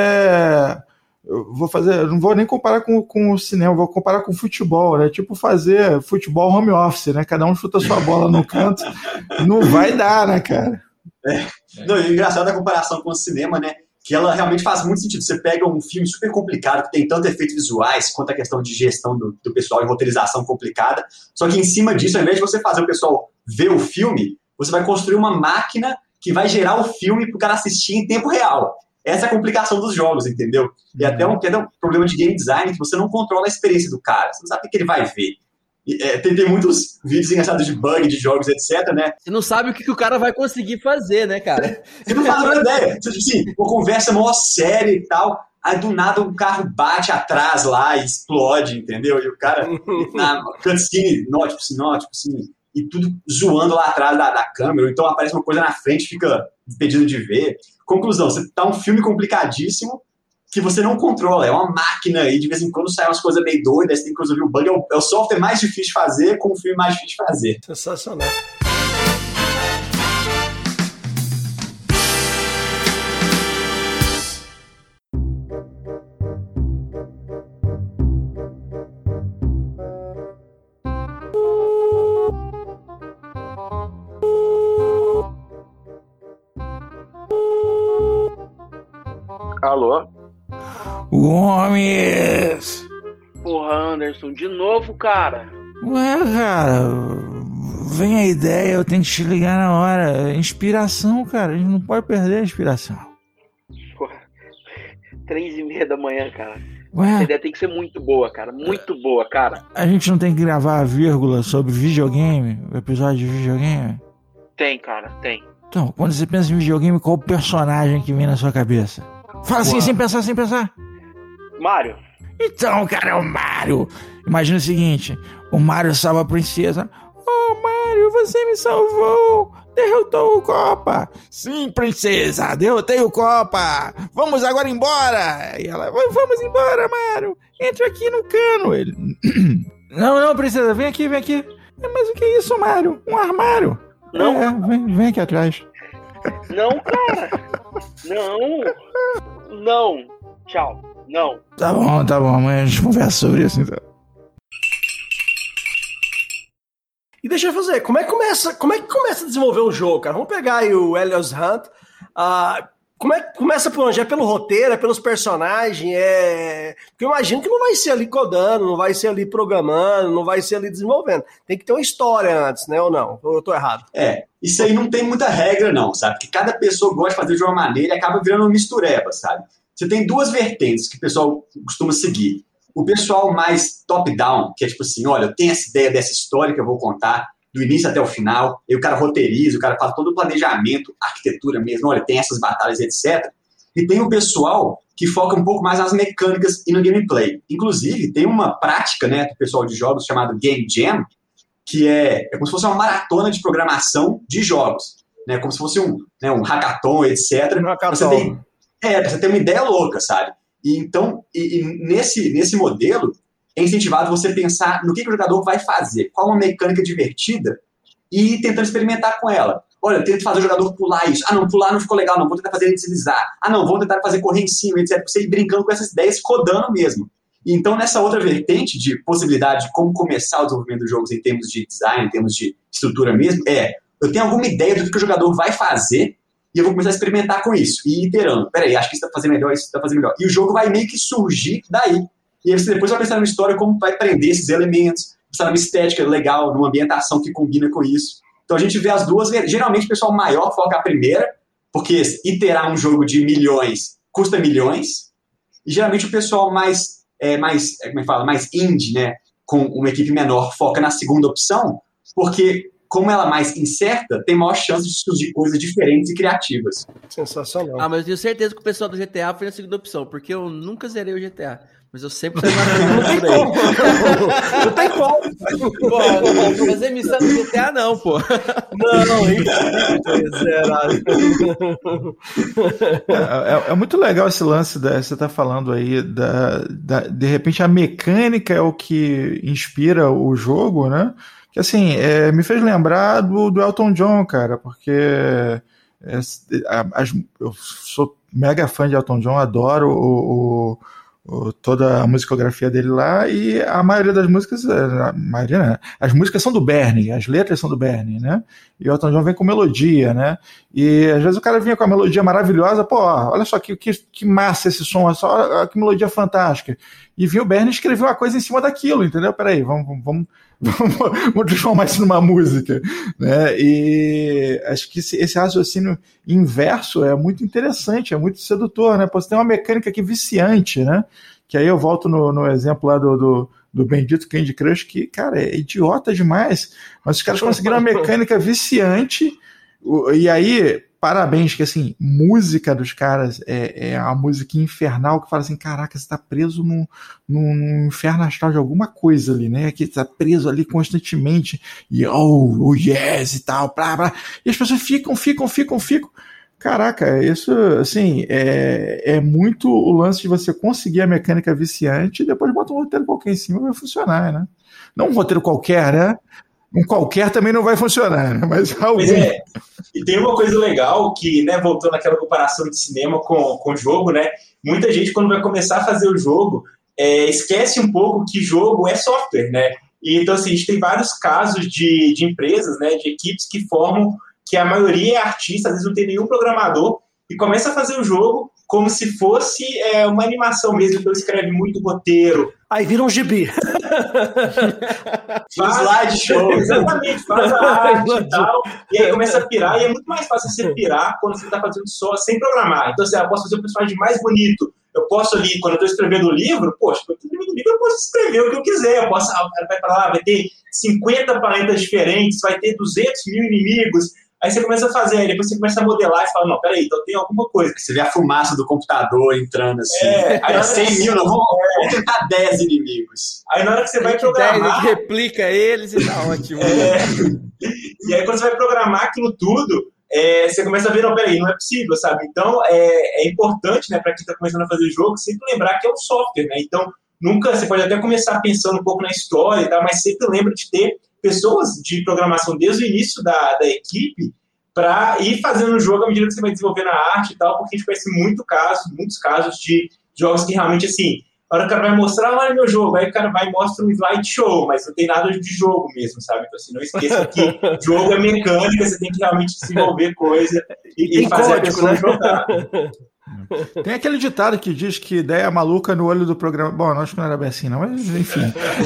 A: Eu não vou nem comparar com o cinema, vou comparar com o futebol, né? Tipo fazer futebol home office, né? Cada um chuta sua bola no canto, não vai dar, né, cara?
E: Não, e o engraçado é a comparação com o cinema, né? Que ela realmente faz muito sentido. Você pega um filme super complicado, que tem tanto efeitos visuais, quanto a questão de gestão do pessoal e roteirização complicada, só que em cima disso, ao invés de você fazer o pessoal ver o filme, você vai construir uma máquina que vai gerar o filme para o cara assistir em tempo real. Essa é a complicação dos jogos, entendeu? E até um problema de game design, que você não controla a experiência do cara. Você não sabe o que ele vai ver. Tem muitos vídeos engraçados de bug, de jogos, etc, né?
B: Você não sabe o que o cara vai conseguir fazer, né, cara?
E: Você não faz a menor ideia. Tipo assim, uma conversa mó séria e tal, aí do nada um carro bate atrás lá e explode, entendeu? E o cara, na cutscene, nótipo, e tudo zoando lá atrás da câmera, ou então aparece uma coisa na frente, fica impedindo de ver. Conclusão, você tá um filme complicadíssimo que você não controla, é uma máquina aí, de vez em quando sai umas coisas meio doidas, você tem que resolver o bug, é o software mais difícil de fazer com o filme mais difícil de fazer.
C: Sensacional.
F: Alô?
A: Gomes!
F: Porra, Anderson, de novo, cara?
A: Ué, cara, vem a ideia, eu tenho que te ligar na hora. Inspiração, cara, a gente não pode perder a inspiração.
F: Porra, 3:30 da manhã, cara.
A: Ué?
F: Essa ideia tem que ser muito boa, cara. Muito boa, cara.
A: A gente não tem que gravar a vírgula sobre videogame, o episódio de videogame?
F: Tem, cara, tem.
A: Então, quando você pensa em videogame, qual o personagem que vem na sua cabeça? Fala assim, sem pensar.
F: Mário.
A: Então, cara, é o Mario. Imagina o seguinte, o Mario salva a princesa. Oh, Mario, você me salvou. Derrotou o Copa. Sim, princesa, derrotei o Copa. Vamos agora embora. E ela, vamos embora, Mario. Entra aqui no cano. Ele, não, princesa, vem aqui. Mas o que é isso, Mario? Um armário.
F: Não.
A: Vem aqui atrás.
F: Não, cara. Não. Tchau. Não.
A: Tá bom. Amanhã a gente conversa sobre isso, então.
C: E deixa eu fazer, como é que começa a desenvolver um jogo, cara? Vamos pegar aí o Helios Hunt. Como é que começa por onde? É pelo roteiro, é pelos personagens? Porque eu imagino que não vai ser ali codando, não vai ser ali programando, não vai ser ali desenvolvendo. Tem que ter uma história antes, né? Ou não? Ou eu tô errado?
E: Isso aí não tem muita regra, não, sabe? Porque cada pessoa gosta de fazer de uma maneira e acaba virando uma mistureba, sabe? Você tem duas vertentes que o pessoal costuma seguir. O pessoal mais top-down, que é tipo assim, olha, eu tenho essa ideia dessa história que eu vou contar, do início até o final, e o cara roteiriza, o cara faz todo o planejamento, arquitetura mesmo, olha, tem essas batalhas, etc. E tem o pessoal que foca um pouco mais nas mecânicas e no gameplay. Inclusive, tem uma prática, né, do pessoal de jogos chamado Game Jam, que é como se fosse uma maratona de programação de jogos, né, como se fosse um hackathon, etc. Você tem uma ideia louca, sabe? E então, nesse modelo, é incentivado você pensar no que o jogador vai fazer, qual uma mecânica divertida, e ir tentando experimentar com ela. Olha, eu tento fazer o jogador pular isso. Ah, não, pular não ficou legal, não, vou tentar fazer ele deslizar. Ah, não, vou tentar fazer correr em cima, etc. Você ir brincando com essas ideias, codando mesmo. E então, nessa outra vertente de possibilidade de como começar o desenvolvimento dos jogos em termos de design, em termos de estrutura mesmo, eu tenho alguma ideia do que o jogador vai fazer, e eu vou começar a experimentar com isso, e ir iterando. Peraí, acho que isso tá fazendo melhor, isso tá fazendo melhor. E o jogo vai meio que surgir daí. E aí você depois vai pensar numa história, como vai prender esses elementos, pensar numa estética legal, numa ambientação que combina com isso. Então a gente vê as duas, geralmente o pessoal maior foca a primeira, porque iterar um jogo de milhões custa milhões, e geralmente o pessoal mais indie, né, com uma equipe menor, foca na segunda opção, porque como ela é mais incerta, tem maior chance de surgir coisas diferentes e criativas.
C: Sensacional.
B: Mas eu tenho certeza que o pessoal do GTA foi na segunda opção, porque eu nunca zerei o GTA. Mas eu sempre saí
C: Não tem como.
B: Pô, não vou fazer missão no GTA não, pô.
C: Não,
A: é muito legal esse lance você tá falando aí de repente a mecânica é o que inspira o jogo, né? Que assim, me fez lembrar do Elton John, cara, porque eu sou mega fã de Elton John, adoro toda a musicografia dele lá, e a maioria das músicas, as músicas são do Bernie, as letras são do Bernie, né? E o Elton John vem com melodia, né? E às vezes o cara vinha com a melodia maravilhosa, pô, olha só que massa esse som, olha só que melodia fantástica. E vinha o Bernie e escreveu uma coisa em cima daquilo, entendeu? Peraí, vamos transformar isso numa música, né? E acho que esse raciocínio inverso é muito interessante, é muito sedutor, né? Você tem uma mecânica aqui viciante, né? Que aí eu volto no exemplo lá do bendito Candy Crush, que, cara, é idiota demais, mas os caras conseguiram uma mecânica viciante, e aí parabéns, que assim, música dos caras é a música infernal que fala assim, caraca, você tá preso num inferno astral de alguma coisa ali, né? Que tá preso ali constantemente, e oh yes, e tal, blá, blá. E as pessoas ficam. Caraca, isso, assim, é muito o lance de você conseguir a mecânica viciante e depois bota um roteiro qualquer em cima e vai funcionar, né? Não um roteiro qualquer, né? Um qualquer também não vai funcionar, né? Mas algum...
D: E tem uma coisa legal que, né, voltando àquela comparação de cinema com jogo, né? Muita gente, quando vai começar a fazer o jogo, esquece um pouco que jogo é software, né? E, então, assim, a gente tem vários casos de empresas, né, de equipes que formam, que a maioria é artista, às vezes não tem nenhum programador, e começa a fazer o jogo como se fosse uma animação mesmo, então escreve muito roteiro.
C: Aí vira um gibi.
D: Slideshow. Exatamente, faz a arte e tal, e aí começa a pirar, e é muito mais fácil você pirar quando você está fazendo só, sem programar. Então, assim, eu posso fazer o personagem mais bonito, eu posso ali, quando eu estou escrevendo o livro, poxa, quando eu estou escrevendo o livro, eu posso escrever o que eu quiser, vai para lá, vai ter 50 planetas diferentes, vai ter 200 mil inimigos. Aí você começa a fazer, aí depois você começa a modelar e fala, não, peraí, então tem alguma coisa.
E: Você vê a fumaça do computador entrando assim.
D: Aí
E: 100 mil, não, vamos tentar 10 inimigos.
D: Aí na hora que você vai programar...
B: replica eles e tá ótimo.
D: E aí quando você vai programar aquilo tudo, você começa a ver, não, peraí, não é possível, sabe? Então é importante, né, para quem está começando a fazer o jogo, sempre lembrar que é um software, né? Então nunca, você pode até começar pensando um pouco na história e tal, mas sempre lembra de ter pessoas de programação desde o início da equipe para ir fazendo o jogo à medida que você vai desenvolvendo a arte e tal, porque a gente conhece muitos casos de jogos que realmente, assim, a hora que o cara vai mostrar, olha meu jogo, aí o cara vai e mostra um slideshow, mas não tem nada de jogo mesmo, sabe? Então, assim, não esqueça que jogo é mecânica, você tem que realmente desenvolver coisa e fazer código, a pessoa, né, jogar.
A: Tem aquele ditado que diz que ideia maluca no olho do programa. Bom, eu acho que não era bem assim, não, mas enfim.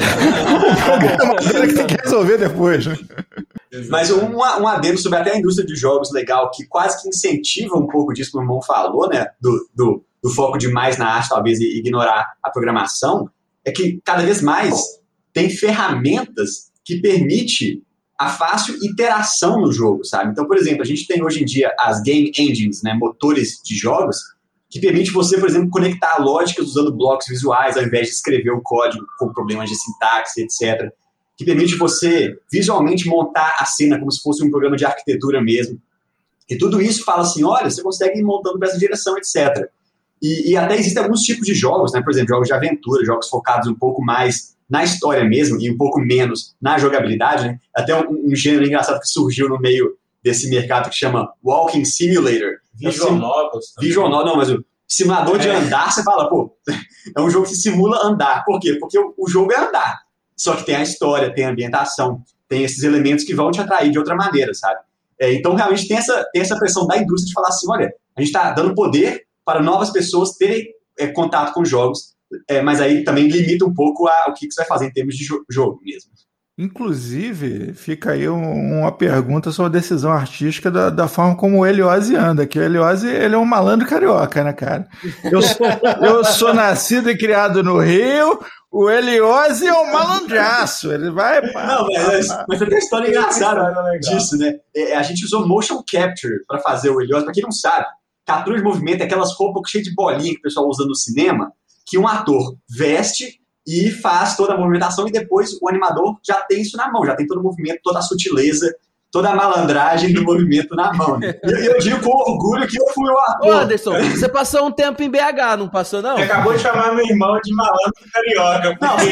A: O programa que tem que resolver depois, né?
E: Mas um adendo sobre até a indústria de jogos legal, que quase que incentiva um pouco disso que o irmão falou, né? Do foco demais na arte, talvez, e ignorar a programação, é que cada vez mais tem ferramentas que permitem a fácil interação no jogo, sabe? Então, por exemplo, a gente tem hoje em dia as game engines, né, motores de jogos, que permite você, por exemplo, conectar lógicas usando blocos visuais, ao invés de escrever o código com problemas de sintaxe, etc. Que permite você visualmente montar a cena como se fosse um programa de arquitetura mesmo. E tudo isso fala assim, olha, você consegue ir montando para essa direção, etc. E até existem alguns tipos de jogos, né? Por exemplo, jogos de aventura, jogos focados um pouco mais na história mesmo e um pouco menos na jogabilidade, né? Até um gênero engraçado que surgiu no meio desse mercado que chama Walking Simulator.
D: Visual Novels.
E: Visual Novel, não, mas o simulador de andar, você fala, pô, é um jogo que simula andar. Por quê? Porque o jogo é andar. Só que tem a história, tem a ambientação, tem esses elementos que vão te atrair de outra maneira, sabe? Então, realmente, tem essa pressão da indústria de falar assim, olha, a gente está dando poder para novas pessoas terem contato com jogos, mas aí também limita um pouco o que você vai fazer em termos de jogo mesmo.
A: Inclusive, fica aí uma pergunta sobre a decisão artística da forma como o Eliose anda, que o Eliose, ele é um malandro carioca, né, cara? Eu sou nascido e criado no Rio, o Eliose é um malandraço, ele vai...
E: Não, mas tem uma história engraçada disso, né? A gente usou motion capture para fazer o Eliose, para quem não sabe, captura de movimento é aquelas roupas cheias de bolinha que o pessoal usa no cinema, que um ator veste e faz toda a movimentação e depois o animador já tem isso na mão, já tem todo o movimento, toda a sutileza, toda a malandragem do movimento na mão. Né? E eu digo com orgulho que eu fui o ator.
B: Ô Anderson, você passou um tempo em BH, não passou não?
D: Você acabou de chamar meu irmão de malandro carioca. Porque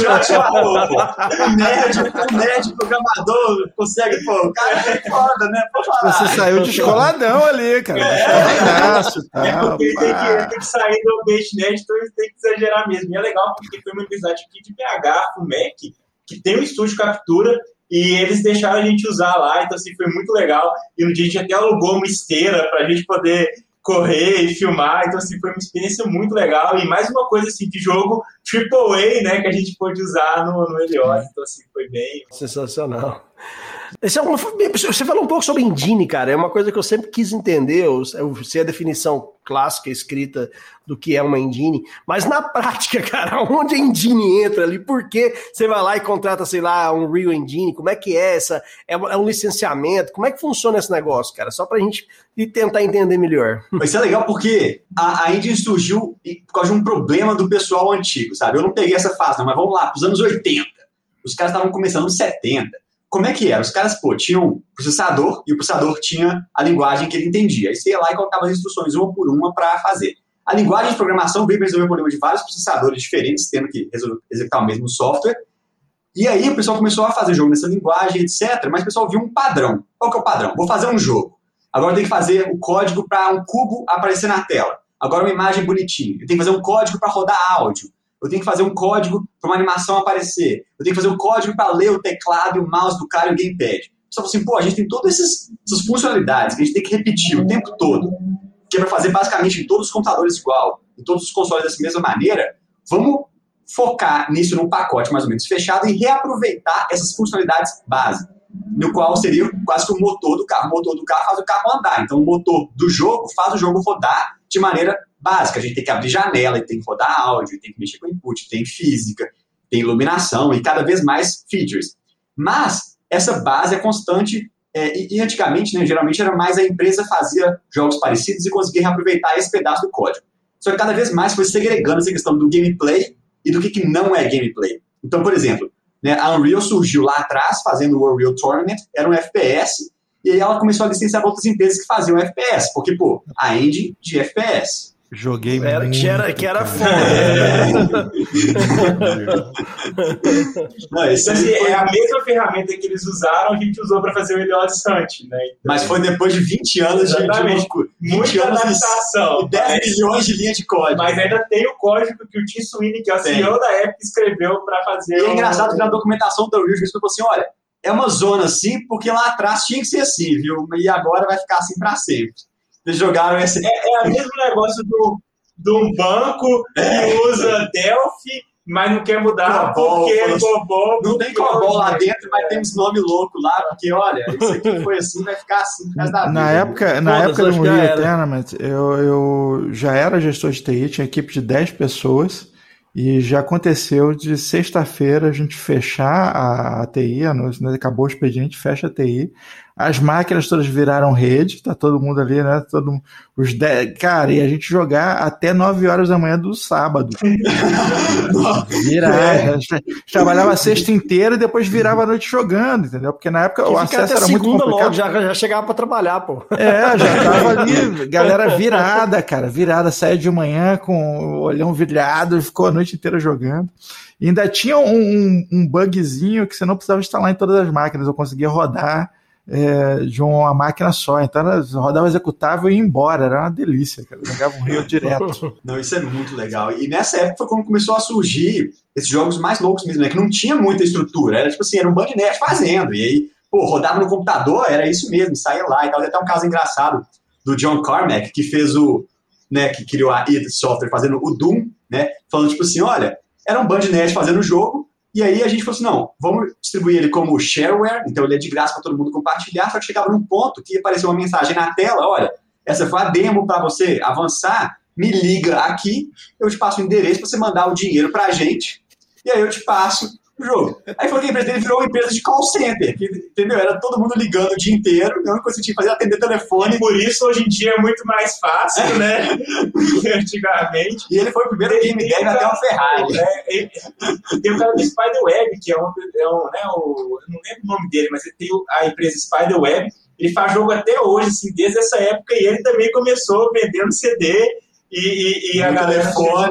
E: o nerd programador consegue, pô, o cara é foda, né?
A: Você saiu descoladão ali, cara.
D: Porque tem que sair do ambiente nerd, então eles têm que exagerar mesmo. E é legal porque foi uma universidade aqui de BH, FUMEC, que tem um estúdio de captura. E eles deixaram a gente usar lá, então assim, foi muito legal. E no dia a gente até alugou uma esteira pra gente poder correr e filmar. Então assim, foi uma experiência muito legal. E mais uma coisa assim, de jogo AAA, né, que a gente pôde usar no Eliose. Então assim, foi bem...
C: Sensacional. Você falou um pouco sobre engine, cara. É uma coisa que eu sempre quis entender. Eu sei a definição clássica escrita do que é uma engine, mas na prática, cara, onde a engine entra ali? Por que você vai lá e contrata, sei lá, um Unreal Engine? Como é que é essa? É um licenciamento? Como é que funciona esse negócio, cara? Só pra gente tentar entender melhor.
E: Isso é legal porque a engine surgiu por causa de um problema do pessoal antigo, sabe? Eu não peguei essa fase, não, mas vamos lá, pros anos 80. Os caras estavam começando nos 70. Como é que era? Os caras, tinham um processador, e o processador tinha a linguagem que ele entendia. Aí você ia lá e colocava as instruções uma por uma para fazer. A linguagem de programação veio para resolver o problema de vários processadores diferentes, tendo que executar o mesmo software. E aí o pessoal começou a fazer jogo nessa linguagem, etc. Mas o pessoal viu um padrão. Qual que é o padrão? Vou fazer um jogo. Agora eu tenho que fazer o código para um cubo aparecer na tela. Agora uma imagem bonitinha. Eu tenho que fazer um código para rodar áudio. Eu tenho que fazer um código para uma animação aparecer. Eu tenho que fazer um código para ler o teclado e o mouse do cara e o gamepad. Só assim, a gente tem todas essas funcionalidades que a gente tem que repetir o tempo todo, que é para fazer basicamente em todos os computadores igual, em todos os consoles dessa mesma maneira. Vamos focar nisso num pacote mais ou menos fechado e reaproveitar essas funcionalidades básicas, no qual seria quase que o motor do carro. O motor do carro faz o carro andar. Então o motor do jogo faz o jogo rodar de maneira básica. A gente tem que abrir janela, tem que rodar áudio, tem que mexer com input, tem física, tem iluminação e cada vez mais features. Mas essa base é constante e antigamente, né, geralmente era mais a empresa fazia jogos parecidos e conseguia reaproveitar esse pedaço do código. Só que cada vez mais foi segregando essa questão do gameplay e do que não é gameplay. Então, por exemplo, né, a Unreal surgiu lá atrás fazendo o Unreal Tournament, era um FPS, e aí ela começou a licenciar para outras empresas que faziam FPS, porque, a engine de FPS.
A: Joguei
C: muito. Que era foda.
D: Não, é a mesma ferramenta que eles usaram, a gente usou para fazer o Elios Hunt, né? Então,
E: mas foi depois de 20 anos de
D: muita adaptação.
E: E 10 milhões de linhas de código.
D: Mas ainda tem o código que o Tim Sweeney, que é o CEO da Epic, escreveu para fazer.
E: E é engraçado que na documentação do Unreal, falou assim, olha, é uma zona assim, porque lá atrás tinha que ser assim, viu? E agora vai ficar assim para sempre. Eles jogaram esse...
D: É o mesmo negócio de um banco que usa Delphi, mas não quer mudar porque COBOL.
E: Não tem COBOL lá dentro, mas tem uns nomes loucos lá, porque, olha, isso aqui foi assim, vai ficar assim por causa da vida.
A: Na época do Unreal Tournament, eu já era gestor de TI, tinha equipe de 10 pessoas, e já aconteceu de sexta-feira a gente fechar a TI, acabou o expediente, fecha a TI, as máquinas todas viraram rede, tá todo mundo ali, né? Os 10, cara, e a gente jogar até 9 horas da manhã do sábado. A gente trabalhava a sexta inteira e depois virava a noite jogando, entendeu? Porque na época o acesso era muito complicado.
C: Logo, já chegava pra trabalhar, pô.
A: Já tava ali, galera virada, saía de manhã com o olhão virilhado e ficou a noite inteira jogando. E ainda tinha um bugzinho que você não precisava instalar em todas as máquinas, eu conseguia rodar de uma máquina só, então rodava executável e ia embora, era uma delícia, cara. Jogava um Rio direto.
E: Não, isso é muito legal. E nessa época foi quando começou a surgir esses jogos mais loucos mesmo, né? Que não tinha muita estrutura, era tipo assim, era um band nerd fazendo, e aí, rodava no computador, era isso mesmo, saía lá e tal. Tem até um caso engraçado do John Carmack, que fez que criou a id Software fazendo o Doom, né? Falando tipo assim, olha, era um band nerd fazendo o jogo. E aí a gente falou assim, não, vamos distribuir ele como shareware, então ele é de graça para todo mundo compartilhar, só que chegava num ponto que apareceu uma mensagem na tela, olha, essa foi a demo para você avançar, me liga aqui, eu te passo o endereço para você mandar o dinheiro para a gente, e aí eu te passo o jogo. Aí foi que a empresa dele virou uma empresa de call center, que, entendeu? Era todo mundo ligando o dia inteiro, a única coisa que tinha que fazer era atender telefone.
D: E por isso hoje em dia é muito mais fácil, né? Que antigamente.
E: E ele foi o primeiro game dev até uma Ferrari.
D: Tem o cara do Spiderweb, que é um né, eu não lembro o nome dele, mas ele tem a empresa Spiderweb, ele faz jogo até hoje, assim, desde essa época, e ele também começou vendendo CD e a galera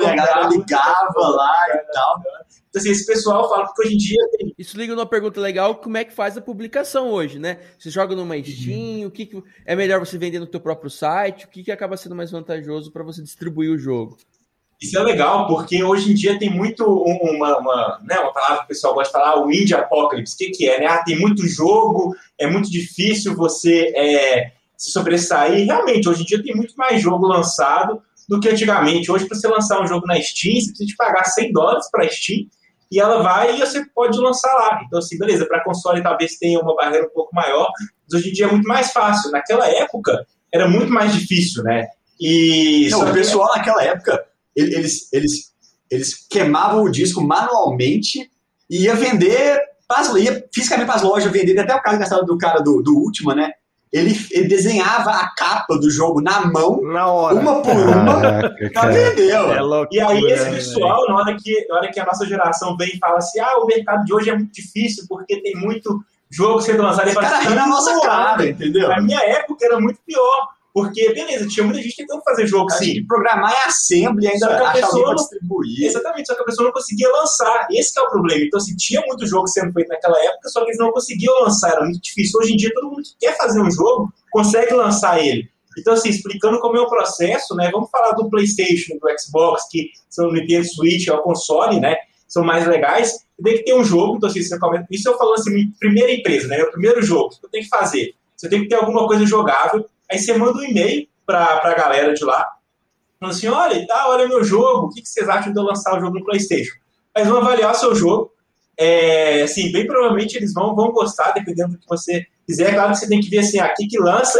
E: ligava lá e tal.
D: Então, assim, esse pessoal fala que hoje em dia tem...
B: Isso liga numa pergunta legal, como é que faz a publicação hoje, né? Você joga numa Steam, o que é melhor você vender no teu próprio site, o que acaba sendo mais vantajoso para você distribuir o jogo?
D: Isso é legal, porque hoje em dia tem muito uma palavra que o pessoal gosta de falar, o Indie Apocalypse. O que é, né? Tem muito jogo, é muito difícil você se sobressair. Realmente, hoje em dia tem muito mais jogo lançado do que antigamente. Hoje, para você lançar um jogo na Steam, você precisa de pagar $100 para a Steam. e ela vai e você pode lançar lá. Então, assim, beleza, para console talvez tenha uma barreira um pouco maior, mas hoje em dia é muito mais fácil. Naquela época, era muito mais difícil, né? E
E: não, o pessoal naquela época, eles queimavam o disco manualmente e ia vender, ia fisicamente para as lojas, vender, até o caso gastado do cara do Ultima, né? Ele desenhava a capa do jogo na mão,
C: na hora,
E: uma por uma, pra vender.
D: E aí esse pessoal, na hora que a nossa geração vem e fala assim, o mercado de hoje é muito difícil, porque tem muito jogo sendo lançado.
E: Esse cara ri na nossa cara, entendeu?
D: Na minha época era muito pior. Porque, beleza, tinha muita gente tentando fazer jogo, sim.
E: De programar em assembly, ainda achar alguém pra distribuir.
D: Exatamente, só que a pessoa não conseguia lançar. Esse que é o problema. Então, assim, tinha muito jogo sendo feito naquela época, só que eles não conseguiam lançar, era muito difícil. Hoje em dia, todo mundo que quer fazer um jogo consegue lançar ele. Então, assim, explicando como é o processo, né? Vamos falar do PlayStation, do Xbox, que são o Nintendo Switch, é o console, né? São mais legais. Tem que ter um jogo, então, assim, você comenta. Isso eu falo assim, primeira empresa, né? O primeiro jogo, o que eu tenho que fazer? Você tem que ter alguma coisa jogável. Aí você manda um e-mail para a galera de lá, falando assim, olha meu jogo, o que vocês acham de eu lançar o jogo no PlayStation? Eles vão avaliar o seu jogo, assim, bem provavelmente eles vão gostar, dependendo do que você quiser. É claro que você tem que ver assim, aqui que lança,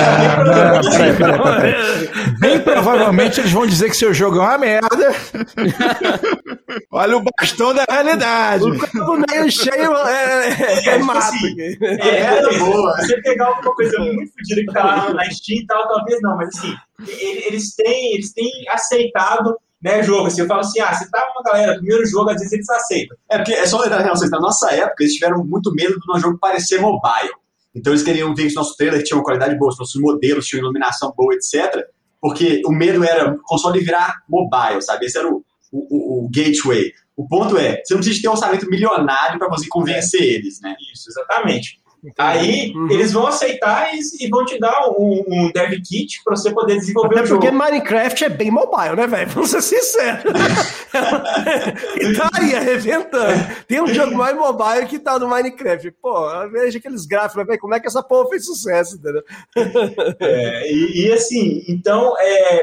A: bem provavelmente eles vão dizer que seu jogo é uma merda. Olha o bastão da realidade.
C: O copo meio cheio é mato.
D: Boa. Se você pegar alguma coisa muito fodida que tá lá na Steam e tal, talvez não, mas assim, eles têm aceitado, né, jogo. Assim, eu falo assim, você tá uma galera, primeiro jogo, às vezes eles aceitam.
E: Porque é só lembrar, na nossa época, eles tiveram muito medo do nosso jogo parecer mobile. Então eles queriam ver que o nosso trailer tinha uma qualidade boa, os nossos modelos tinham iluminação boa, etc. Porque o medo era o console virar mobile, sabe? Esse era o gateway. O ponto é, você não precisa ter um orçamento milionário para conseguir convencer eles, né?
D: Isso, exatamente. Aí eles vão aceitar e vão te dar um dev kit para você poder desenvolver o jogo.
C: Porque Minecraft é bem mobile, né, velho? Vamos ser sinceros. E tá aí, arrebentando. Tem um jogo mais mobile que tá no Minecraft. Pô, veja aqueles gráficos, velho, como é que essa porra fez sucesso, entendeu?
D: E assim, então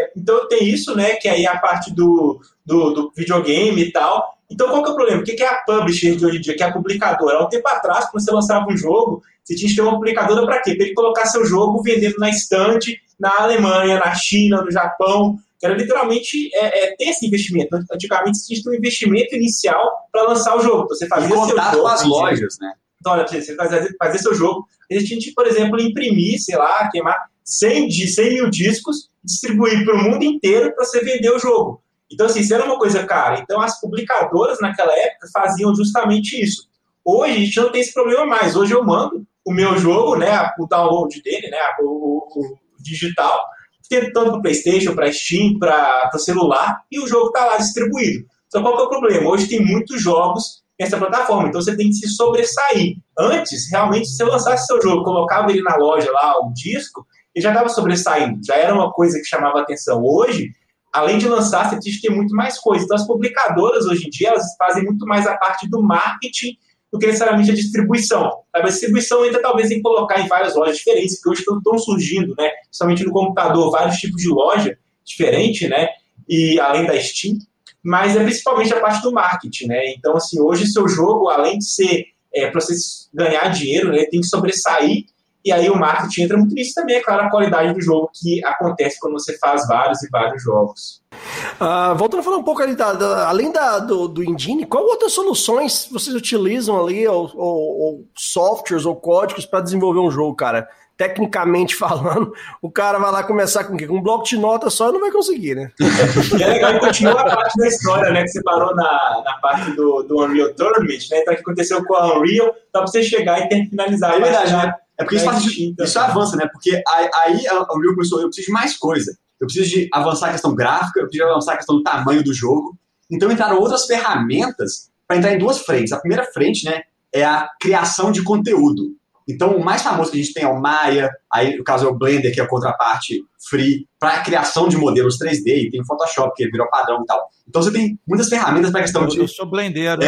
D: tem isso, né, que aí é a parte do videogame e tal. Então, qual que é o problema? O que é a publisher de hoje em dia, que é a publicadora? Há um tempo atrás, quando você lançava um jogo, você tinha que ter uma publicadora para quê? Para ele colocar seu jogo vendendo na estante, na Alemanha, na China, no Japão. Era literalmente ter esse investimento. Antigamente, você tinha que ter um investimento inicial para lançar o jogo. Então, você fazia seu jogo
E: com as lojas, né?
D: Então, olha, você fazer seu jogo. A gente tinha que, por exemplo, imprimir, sei lá, queimar 100 mil discos, distribuir para o mundo inteiro para você vender o jogo. Então, assim, isso era uma coisa cara. Então, as publicadoras, naquela época, faziam justamente isso. Hoje, a gente não tem esse problema mais. Hoje, eu mando o meu jogo, né, o download dele, né, o digital, tanto para o PlayStation, para Steam, para celular, e o jogo está lá distribuído. Só qual que é o problema? Hoje tem muitos jogos nessa plataforma, então você tem que se sobressair. Antes, realmente, se você lançasse seu jogo, colocava ele na loja lá, o disco, ele já estava sobressaindo, já era uma coisa que chamava atenção. Hoje, além de lançar, você precisa ter muito mais coisas. Então, as publicadoras, hoje em dia, elas fazem muito mais a parte do marketing do que necessariamente a distribuição. A distribuição entra, talvez, em colocar em várias lojas diferentes, que hoje estão surgindo, né? Principalmente no computador, vários tipos de loja diferentes, né? E além da Steam. Mas é principalmente a parte do marketing, né? Então, assim, hoje o seu jogo, além de ser para você ganhar dinheiro, né, tem que sobressair. E aí o marketing entra muito nisso também, é claro, a qualidade do jogo que acontece quando você faz vários e vários jogos.
C: Voltando a falar um pouco ali, além do engine, qual outras soluções vocês utilizam ali, ou softwares ou códigos para desenvolver um jogo, cara? Tecnicamente falando, o cara vai lá começar com o quê? Com um bloco de notas só e não vai conseguir, né?
D: E é legal que continua a parte da história, né? Que você parou na parte do Unreal Tournament, né? Então, o que aconteceu com a Unreal, dá pra você chegar e ter que finalizar.
E: É verdade, né? É porque isso avança, né? Porque aí a Unreal começou, eu preciso de mais coisa. Eu preciso de avançar a questão gráfica, eu preciso de avançar a questão do tamanho do jogo. Então entraram outras ferramentas para entrar em duas frentes. A primeira frente, né, é a criação de conteúdo. Então o mais famoso que a gente tem é o Maya, aí no caso é o Blender, que é a contraparte free, para a criação de modelos 3D, e tem o Photoshop, que virou padrão e tal. Então você tem muitas ferramentas para a questão de...
A: Eu sou blendeiro.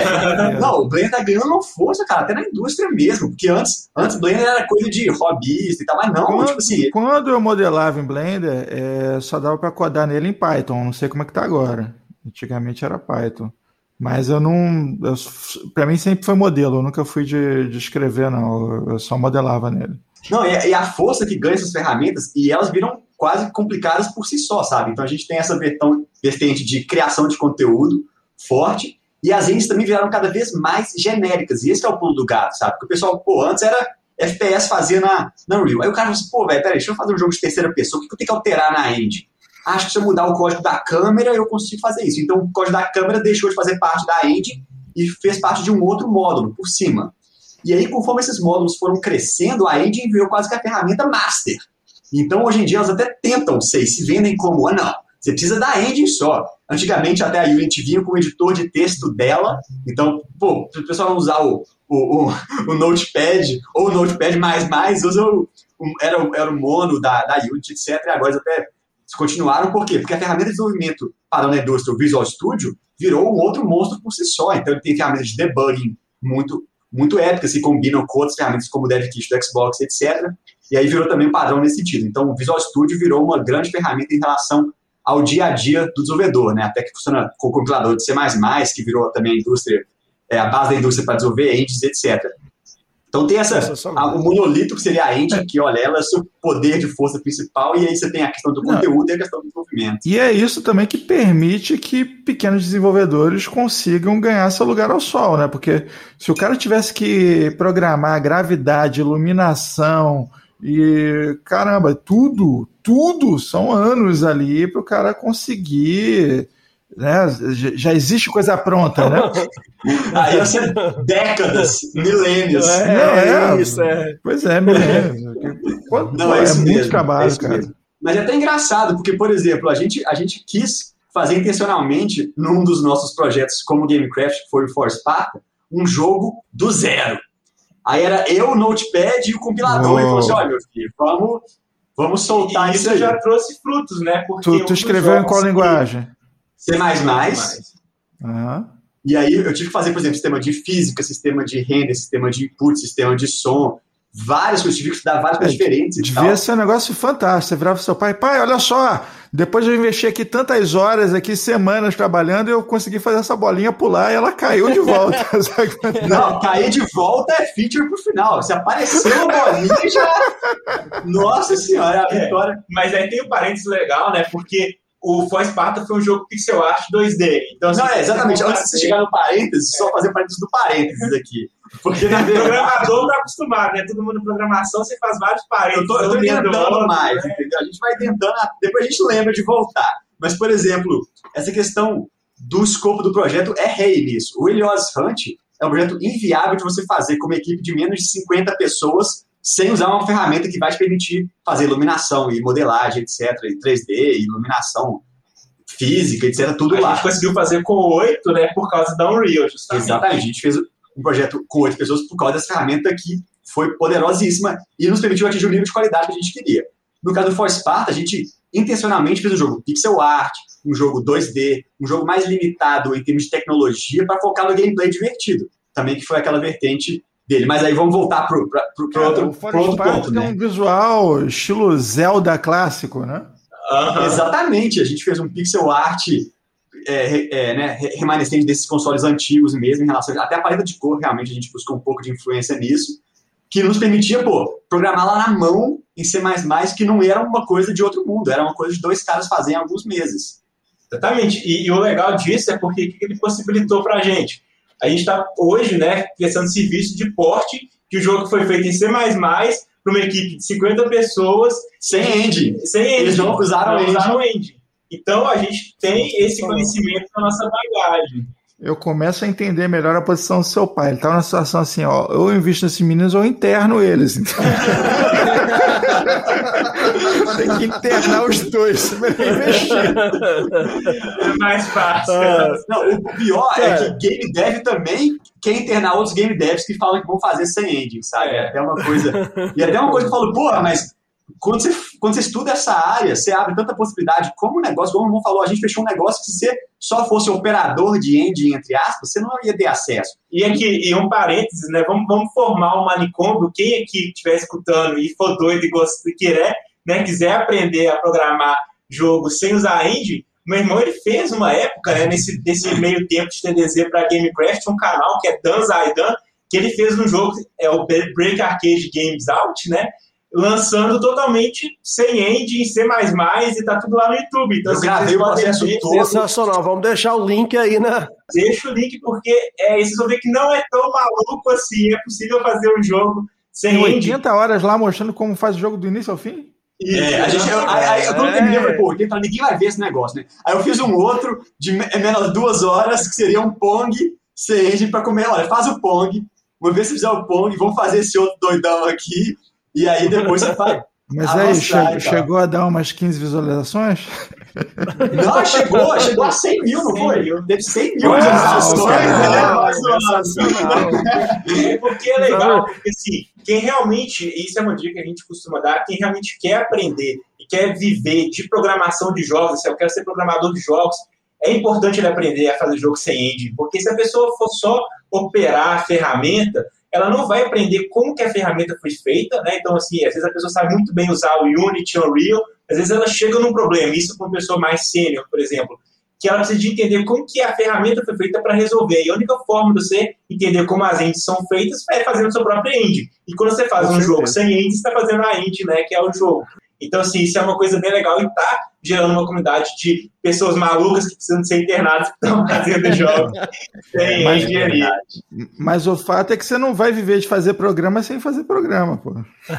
E: Não, o Blender tá ganhando uma força, cara, até na indústria mesmo, porque antes Blender era coisa de hobbyista e tal, mas não, tipo assim...
A: Quando eu modelava em Blender, só dava para codar nele em Python, não sei como é que tá agora. Antigamente era Python. Mas eu não... Para mim sempre foi modelo, eu nunca fui de escrever, não. Eu só modelava nele.
E: Não, e a força que ganha essas ferramentas, e elas viram quase complicadas por si só, sabe? Então a gente tem essa vertente de criação de conteúdo forte, e as engines também viraram cada vez mais genéricas, e esse é o pulo do gato, sabe? Porque o pessoal, antes era FPS fazia na Unreal. Aí o cara falou assim, velho, peraí, deixa eu fazer um jogo de terceira pessoa, o que eu tenho que alterar na engine? Acho que se eu mudar o código da câmera, eu consigo fazer isso. Então o código da câmera deixou de fazer parte da engine e fez parte de um outro módulo por cima. E aí, conforme esses módulos foram crescendo, a engine virou quase que a ferramenta master. Então, hoje em dia, elas até tentam ser, se vendem como, não, você precisa da engine só. Antigamente, até a Unity vinha com o editor de texto dela. Então, o pessoal não usar o Notepad, ou o Notepad++, usa era o mono da Unity, etc. E agora eles até continuaram. Por quê? Porque a ferramenta de desenvolvimento padrão da indústria, o Visual Studio, virou um outro monstro por si só. Então, ele tem ferramentas de debugging muito épicas, se combinam com outras ferramentas como o DevKit do Xbox, etc. E aí virou também um padrão nesse sentido. Então, o Visual Studio virou uma grande ferramenta em relação ao dia a dia do desenvolvedor, né? Até que funciona com o compilador de C++, que virou também a indústria, a base da indústria para desenvolver engines, etc. Então tem o monolito, que seria a engine, que, olha, ela é o seu poder de força principal, e aí você tem a questão do conteúdo e a questão do desenvolvimento.
A: E é isso também que permite que pequenos desenvolvedores consigam ganhar seu lugar ao sol, né? Porque se o cara tivesse que programar gravidade, iluminação e, caramba, tudo são anos ali para o cara conseguir... Né? Já existe coisa pronta, né?
E: Aí você décadas, milênios.
A: Pois é, milênios.
E: Não, é isso
A: muito
E: mesmo,
A: trabalho, cara.
E: Mesmo. Mas é até engraçado, porque, por exemplo, a gente quis fazer intencionalmente, num dos nossos projetos como Gamecraft, que foi o For Sparta, um jogo do zero. Aí era eu, o Notepad e o compilador. E falou assim, olha, meu filho, vamos soltar isso aí.
D: Já trouxe frutos, né?
A: Porque tu escreveu em qual linguagem?
E: C++.
A: Uhum.
E: E aí eu tive que fazer, por exemplo, sistema de física, sistema de render, sistema de input, sistema de som, várias coisas, tive que estudar várias coisas diferentes.
A: Devia ser um negócio fantástico. Você virava pro seu pai, olha só, depois de eu investir aqui tantas horas, aqui semanas trabalhando, eu consegui fazer essa bolinha pular e ela caiu de volta.
E: Não, cair de volta é feature pro final. Se apareceu uma bolinha, já... Nossa senhora, a vitória.
D: Mas aí tem um parênteses legal, né? Porque o For Sparta foi um jogo pixel art 2D. Então,
E: não, exatamente. Antes de você chegar no parênteses, só fazer parênteses do parênteses aqui. Porque o
D: programador tá acostumado, né? Todo mundo em programação, você faz vários parênteses.
E: Eu tô tentando mais, entendeu? A gente vai tentando, depois a gente lembra de voltar. Mas, por exemplo, essa questão do escopo do projeto é rei nisso. O Helios Hunt é um projeto inviável de você fazer com uma equipe de menos de 50 pessoas sem usar uma ferramenta que vai te permitir fazer iluminação e modelagem, etc., e 3D, iluminação física, etc., tudo lá.
D: A gente conseguiu fazer com 8, né, por causa da Unreal, justamente.
E: Exatamente, a gente fez um projeto com 8 pessoas por causa dessa ferramenta que foi poderosíssima e nos permitiu atingir o nível de qualidade que a gente queria. No caso do For Sparta, a gente intencionalmente fez um jogo pixel art, um jogo 2D, um jogo mais limitado em termos de tecnologia para focar no gameplay divertido, também que foi aquela vertente dele. Mas aí vamos voltar pro outro ponto, né?
A: É um visual estilo Zelda clássico, né?
E: Uhum. Exatamente. A gente fez um pixel art né, remanescente desses consoles antigos mesmo, em relação até a paleta de cor, realmente a gente buscou um pouco de influência nisso, que nos permitia, programar lá na mão em C++, que não era uma coisa de outro mundo, era uma coisa de 2 caras fazerem em alguns meses.
D: Exatamente. E o legal disso é porque o que ele possibilitou pra gente? A gente está hoje, né, prestando serviço de porte, que o jogo foi feito em C++, para uma equipe de 50 pessoas.
E: Sem engine.
D: Eles não usaram engine. Então, a gente tem esse conhecimento na nossa bagagem.
A: Eu começo a entender melhor a posição do seu pai. Ele está numa situação assim, eu invisto nesses meninos ou eu interno eles. Tem que internar os dois.
D: É mais fácil.
E: Não, o pior é que game dev também quer internar outros game devs que falam que vão fazer sem engine, sabe? É até uma coisa... E até uma coisa que eu falo, mas quando você estuda essa área, você abre tanta possibilidade. Como o negócio, como o irmão falou, a gente fechou um negócio que se você só fosse operador de engine, entre aspas, você não ia ter acesso.
D: E um parênteses, né? Vamos formar um manicômio. Quem aqui estiver escutando e for doido e quiser aprender a programar jogo sem usar engine, Meu irmão, ele fez uma época, né, nesse meio tempo de TDZ para GameCraft, um canal que é Dan Zaidan, que ele fez um jogo, é o Break Arcade Games Out, né? Lançando totalmente sem engine, C++, e tá tudo lá no YouTube. Então,
C: eu gravei o processo todo. Sensacional, vamos deixar o link aí, né?
D: Deixa o link, porque vocês vão ver que não é tão maluco assim, é possível fazer um jogo sem engine.
A: 80 horas lá mostrando como faz o jogo do início ao fim?
E: Eu quando terminei, eu falei, pô, ninguém vai ver esse negócio, né? Aí eu fiz um outro de menos 2 horas, que seria um Pong sem engine pra comer. Olha, faz o Pong, vamos ver se fizer o Pong, vamos fazer esse outro doidão aqui, e aí depois você vai.
A: Mas aí, chegou a dar umas 15 visualizações?
E: Não, chegou a 100 mil, não foi? Teve 100 mil visualizações.
D: Porque é legal, porque assim, quem realmente, isso é uma dica que a gente costuma dar, quem realmente quer aprender e quer viver de programação de jogos, se eu quero ser programador de jogos, é importante ele aprender a fazer jogo sem engine, porque se a pessoa for só operar a ferramenta, ela não vai aprender como que a ferramenta foi feita, né? Então, assim, às vezes a pessoa sabe muito bem usar o Unity, Unreal, às vezes ela chega num problema, isso para uma pessoa mais sênior, por exemplo, que ela precisa de entender como que a ferramenta foi feita para resolver. E a única forma de você entender como as engines são feitas é fazendo sua própria engine. E quando você faz um jogo sem engine, você está fazendo a engine, né, que é o jogo. Então, assim, isso é uma coisa bem legal e está gerando uma comunidade de pessoas malucas que precisam de ser internadas, que estão fazendo jogos sem engenharia.
A: Mas o fato é que você não vai viver de fazer programa sem fazer programa, pô.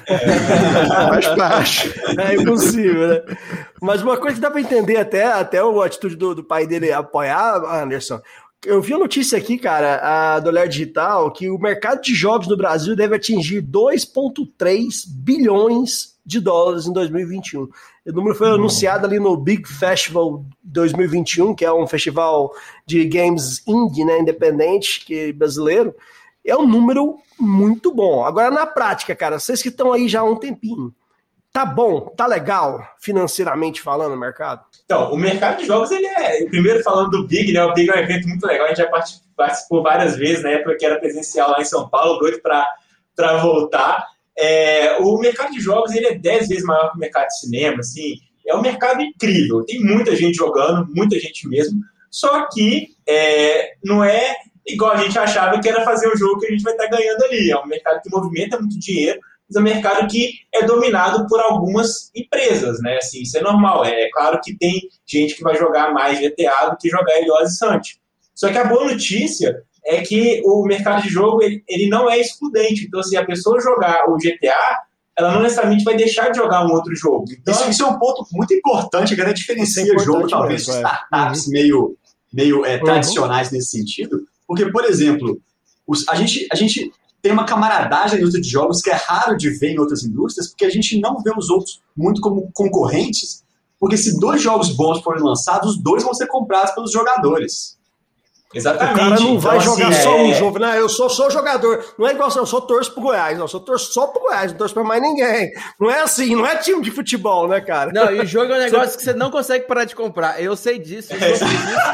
A: Mais baixo.
C: É impossível, né? Mas uma coisa que dá para entender até a atitude do pai dele apoiar, Anderson. Eu vi a notícia aqui, cara, do Olhar Digital, que o mercado de jogos no Brasil deve atingir 2,3 bilhões de dólares em 2021. O número foi anunciado ali no Big Festival 2021, que é um festival de games indie, né, independente, que brasileiro. É um número muito bom. Agora, na prática, cara, vocês que estão aí já há um tempinho, tá bom, tá legal, financeiramente falando, o mercado?
D: Então, o mercado de jogos, ele primeiro falando do Big, né, o Big é um evento muito legal, a gente já participou várias vezes, na época que era presencial lá em São Paulo, doido para voltar. O mercado de jogos, ele é 10 vezes maior que o mercado de cinema, assim, é um mercado incrível, tem muita gente jogando, muita gente mesmo, só que não é igual a gente achava que era fazer um jogo que a gente vai estar ganhando ali, é um mercado que movimenta muito dinheiro, mas é um mercado que é dominado por algumas empresas, né, assim, isso é normal, é claro que tem gente que vai jogar mais GTA do que jogar Helios e Santi, só que a boa notícia é que o mercado de jogo ele não é excludente. Então, se a pessoa jogar o GTA, ela não necessariamente vai deixar de jogar um outro jogo. Então,
E: isso é um ponto muito importante, que até diferencia o jogo, talvez, de startups meio tradicionais nesse sentido. Porque, por exemplo, a gente tem uma camaradagem na indústria de jogos que é raro de ver em outras indústrias, porque a gente não vê os outros muito como concorrentes, porque se 2 jogos bons forem lançados, os 2 vão ser comprados pelos jogadores.
D: Exatamente.
C: O cara não vai jogar
D: assim,
C: só um jogo, né? Eu sou jogador. Não é igual assim, eu só torço pro Goiás, não. Eu torço só pro Goiás, não torço pra mais ninguém. Não é assim, não é time de futebol, né, cara?
B: Não, e o jogo é um negócio que você não consegue parar de comprar. Eu sei disso, eu sei disso.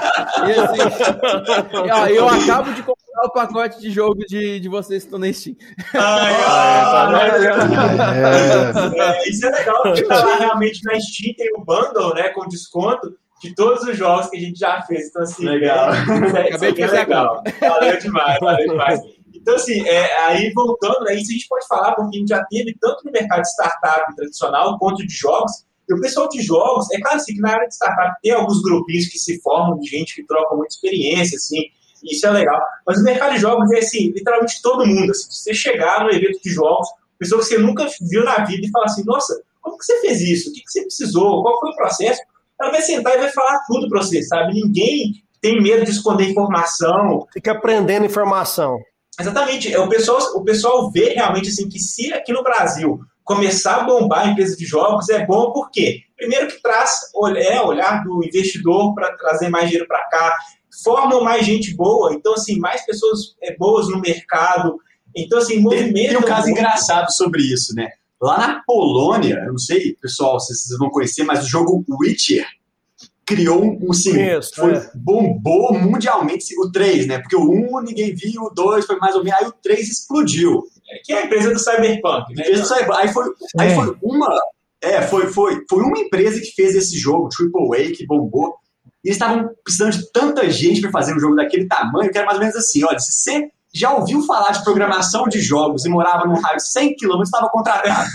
B: E assim, eu acabo de comprar o pacote de jogo de vocês que estão na Steam.
D: Isso é legal, porque tá lá realmente na Steam, tem o bundle, né, com desconto de todos os jogos que a gente já fez. Então, assim,
E: legal.
B: Acabei de fazer
D: legal. Valeu demais. Então, assim, aí voltando, né, isso a gente pode falar, porque a gente já teve tanto no mercado de startup tradicional quanto de jogos. E o pessoal de jogos, é claro assim, que na área de startup tem alguns grupinhos que se formam de gente que troca muita experiência, assim, e isso é legal. Mas o mercado de jogos é, assim, literalmente todo mundo. Assim, se você chegar no evento de jogos, pessoa que você nunca viu na vida e falar assim, nossa, como que você fez isso? O que você precisou? Qual foi o processo? Ela vai sentar e vai falar tudo para você, sabe? Ninguém tem medo de esconder informação.
C: Fica aprendendo informação.
D: Exatamente. O pessoal vê realmente assim, que se aqui no Brasil começar a bombar a empresa de jogos, é bom porque, primeiro que traz olhar do investidor para trazer mais dinheiro para cá, formam mais gente boa, então assim, mais pessoas boas no mercado. Então assim, movimento...
E: Tem um caso engraçado sobre isso, né? Lá na Polônia, eu não sei, pessoal, se vocês vão conhecer, mas o jogo Witcher criou bombou mundialmente o 3, né? Porque o 1 ninguém viu, o 2 foi mais ou menos, aí o 3 explodiu.
D: Que é a empresa do Cyberpunk, né?
E: Aí foi uma empresa que fez esse jogo, AAA, que bombou. E eles estavam precisando de tanta gente para fazer um jogo daquele tamanho, que era mais ou menos assim, olha, se você já ouviu falar de programação de jogos e morava num raio de 100 km, estava contratado.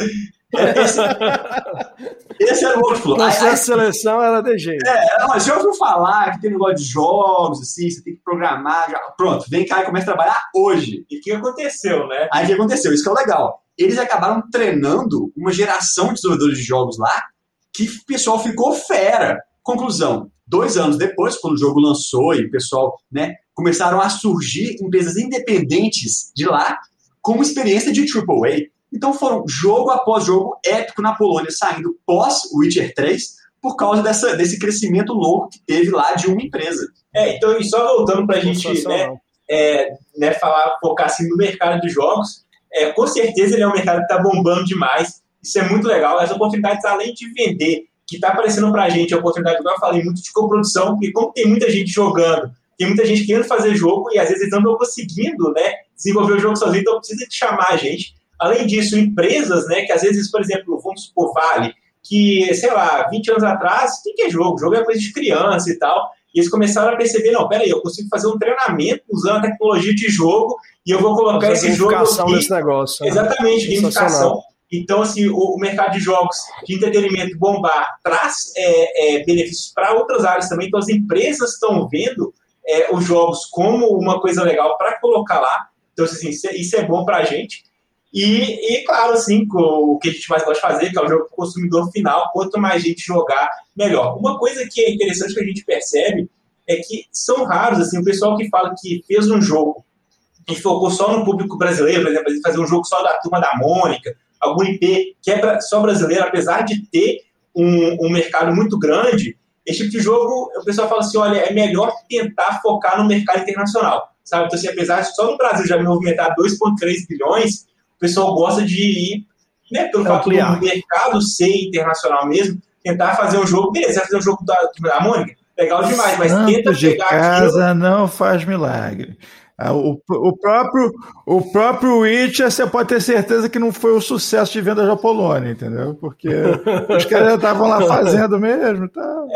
E: Esse era o workflow.
C: A seleção era de jeito.
E: Você já ouviu falar que tem um negócio de jogos, assim, você tem que programar, pronto, vem cá e começa a trabalhar hoje.
D: E o que aconteceu, né?
E: Aí o que aconteceu? Isso que é o legal. Eles acabaram treinando uma geração de desenvolvedores de jogos lá, que o pessoal ficou fera. Conclusão, 2 anos depois, quando o jogo lançou e o pessoal, né, começaram a surgir empresas independentes de lá com experiência de AAA. Então foram jogo após jogo épico na Polônia, saindo pós-Witcher 3, por causa desse crescimento louco que teve lá de uma empresa.
D: Então, e só voltando para a gente focar assim, no mercado de jogos, com certeza ele é um mercado que está bombando demais, isso é muito legal, as oportunidades além de vender, que está aparecendo para a gente, a oportunidade, como eu falei, muito de coprodução, porque como tem muita gente jogando, tem muita gente querendo fazer jogo e às vezes eles não estão conseguindo, né, desenvolver o jogo sozinho, então precisa de chamar a gente. Além disso, empresas, né, que às vezes, por exemplo, vamos supor, Vale, que, sei lá, 20 anos atrás, o que é jogo? Jogo é coisa de criança e tal. E eles começaram a perceber, não, peraí, eu consigo fazer um treinamento usando a tecnologia de jogo e eu vou colocar esse jogo aqui.
C: Nesse negócio.
D: Exatamente, gamificação. Então, assim, o mercado de jogos de entretenimento bombar traz benefícios para outras áreas também. Então, as empresas estão vendo os jogos como uma coisa legal para colocar lá. Então, assim, isso é bom para a gente. E, claro, assim, o que a gente mais gosta de fazer, que é o jogo pro consumidor final, quanto mais gente jogar, melhor. Uma coisa que é interessante que a gente percebe é que são raros, assim, o pessoal que fala que fez um jogo e focou só no público brasileiro, por exemplo, fazer um jogo só da Turma da Mônica, algum IP que é só brasileiro, apesar de ter um mercado muito grande, esse tipo de jogo, o pessoal fala assim, olha, é melhor tentar focar no mercado internacional, sabe? Então, assim, apesar de só no Brasil já movimentar 2,3 bilhões, o pessoal gosta de ir, né, pelo fato do mercado ser internacional mesmo, tentar fazer um jogo, beleza, vai fazer um jogo da Mônica, legal demais, mas tenta
A: de
D: pegar
A: casa
D: aquilo...
A: não faz milagre. O próprio Witcher, você pode ter certeza que não foi o sucesso de venda da Polônia, entendeu? Porque os caras já estavam lá fazendo mesmo. Tá?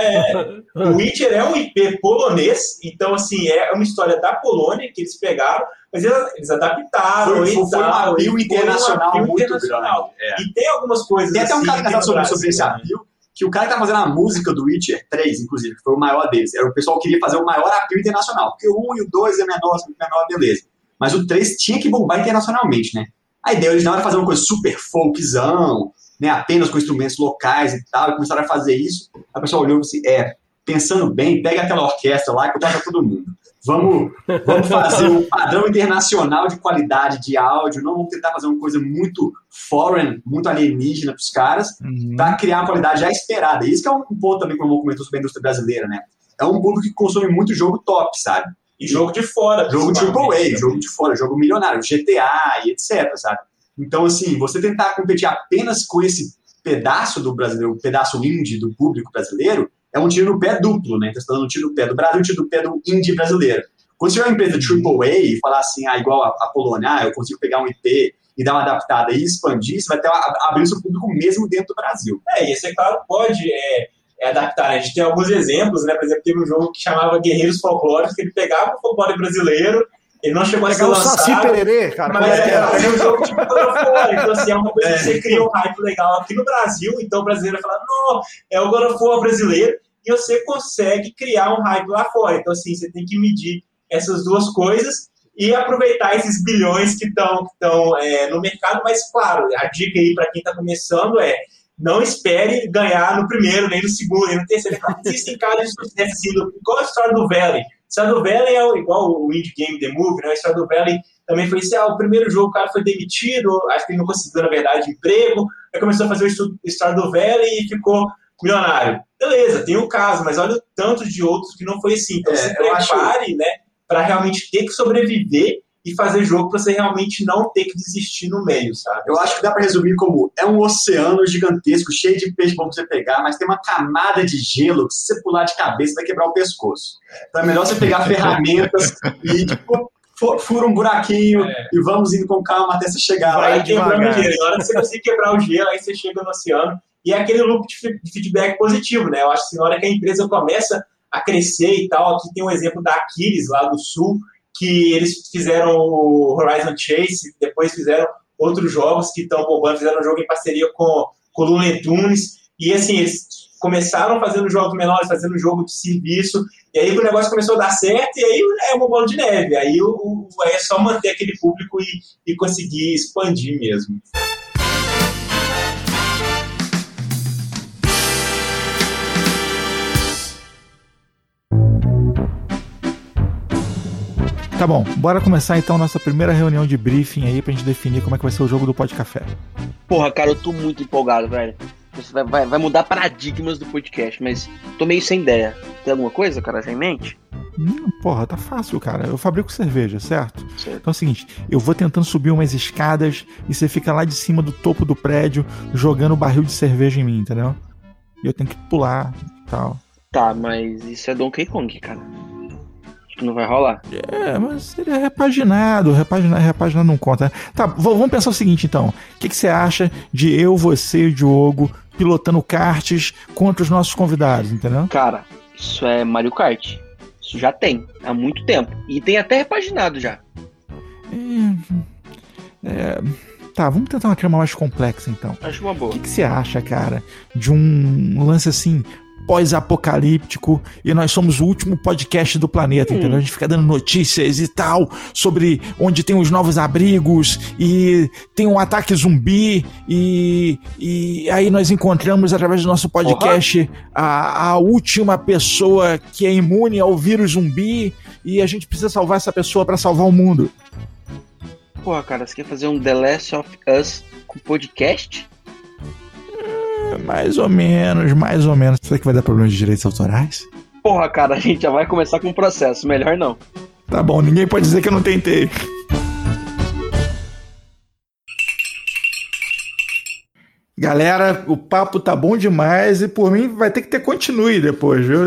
D: O Witcher é um IP polonês, então, assim, é uma história da Polônia que eles pegaram, mas eles adaptaram.
E: Foi um apelo internacional muito grande.
D: E tem algumas coisas.
E: Tem até um cara casado sobre esse apelo, que o cara que tá fazendo a música do Witcher 3, inclusive, que foi o maior deles, o pessoal queria fazer o maior apelo internacional, porque o 1 e o 2 é menor, beleza. Mas o 3 tinha que bombar internacionalmente, né? A ideia original era fazer uma coisa super folkzão, né? Apenas com instrumentos locais e tal, e começaram a fazer isso. A pessoa olhou e disse, pensando bem, pega aquela orquestra lá e contrata todo mundo. Vamos fazer um padrão internacional de qualidade de áudio, não vamos tentar fazer uma coisa muito foreign, muito alienígena para os caras, para criar uma qualidade já esperada. E isso que é um ponto também, como eu comentou sobre a indústria brasileira, né? É um público que consome muito jogo top, sabe?
D: E jogo de fora.
E: Jogo AAA, jogo de fora, jogo milionário, GTA e etc, sabe? Então, assim, você tentar competir apenas com esse pedaço do brasileiro, um pedaço indie do público brasileiro, é um tiro no pé duplo, né? Então, você está dando um tiro no pé do Brasil, um tiro no pé do indie brasileiro. Quando você tiver uma empresa AAA e falar assim, igual a Polônia, eu consigo pegar um IP e dar uma adaptada e expandir, você vai ter abrir o seu público mesmo dentro do Brasil.
D: E esse, é claro, pode adaptar. A gente tem alguns exemplos, né? Por exemplo, teve um jogo que chamava Guerreiros Folclóricos, que ele pegava o folclore brasileiro, ele não chegou a ser lançado.
C: Saci Pererê, cara.
D: Mas era um jogo tipo God of War. Então, assim, é uma coisa que você cria um hype legal aqui no Brasil, então o brasileiro vai falar, não, é o God of War brasileiro, e você consegue criar um hype lá fora. Então, assim, você tem que medir essas duas coisas e aproveitar esses bilhões que estão no mercado. Mas, claro, a dica aí para quem está começando não espere ganhar no primeiro, nem no segundo, nem no terceiro. Existem casos de sucesso, assim, igual a história do Valley. A história do Valley é igual o Indie Game The Movie, né? A história do Valley também foi assim, o primeiro jogo o cara foi demitido, acho que ele não conseguiu, na verdade, emprego, aí começou a fazer a história do Valley e ficou milionário. Beleza, tem um caso, mas olha o tanto de outros que não foi assim. Então se prepare, né, para realmente ter que sobreviver e fazer jogo para você realmente não ter que desistir no meio, sabe?
E: Eu acho que dá para resumir como é um oceano gigantesco, cheio de peixe para você pegar, mas tem uma camada de gelo que se você pular de cabeça vai quebrar o pescoço. Então é melhor você pegar ferramentas e fura um buraquinho e vamos indo com calma até você chegar lá.
D: Vai quebrando o gelo. Na hora que você conseguir quebrar o gelo, aí você chega no oceano. E é aquele loop de feedback positivo, né? Eu acho que na hora que a empresa começa a crescer e tal. Aqui tem um exemplo da Aquiles, lá do Sul, que eles fizeram o Horizon Chase, depois fizeram outros jogos que estão bombando, fizeram um jogo em parceria com o Looney Tunes, e assim, eles começaram fazendo jogos menores, fazendo jogo de serviço, e aí o negócio começou a dar certo, e aí é uma bola de neve, aí é só manter aquele público e conseguir expandir mesmo.
A: Tá bom, bora começar então nossa primeira reunião de briefing aí pra gente definir como é que vai ser o jogo do Pod Café.
F: Porra, cara, eu tô muito empolgado, velho. Isso vai mudar paradigmas do podcast, mas tô meio sem ideia. Tem alguma coisa, cara, já em mente?
A: Porra, tá fácil, cara. Eu fabrico cerveja, certo? Então é o seguinte, eu vou tentando subir umas escadas e você fica lá de cima do topo do prédio jogando barril de cerveja em mim, entendeu? E eu tenho que pular e tal.
F: Tá, mas isso é Donkey Kong, cara. Não vai rolar.
A: Mas ele é repaginado não conta, né? Tá, vamos pensar o seguinte então. O que você acha de eu, você e o Diogo pilotando karts contra os nossos convidados, entendeu?
F: Cara, isso é Mario Kart. Isso já tem, há muito tempo. E tem até repaginado já.
A: Tá, vamos tentar uma trama mais complexa então.
F: Acho uma boa.
A: O que você acha, cara, de um lance assim pós-apocalíptico e nós somos o último podcast do planeta, entendeu? A gente fica dando notícias e tal sobre onde tem os novos abrigos e tem um ataque zumbi e aí nós encontramos através do nosso podcast a última pessoa que é imune ao vírus zumbi e a gente precisa salvar essa pessoa pra salvar o mundo.
F: Porra, cara, você quer fazer um The Last of Us com podcast?
A: Mais ou menos. Será que vai dar problema de direitos autorais?
F: Porra, cara, a gente já vai começar com um processo, melhor não.
A: Tá bom, ninguém pode dizer que eu não tentei. Galera, o papo tá bom demais e por mim vai ter que ter continue depois, viu?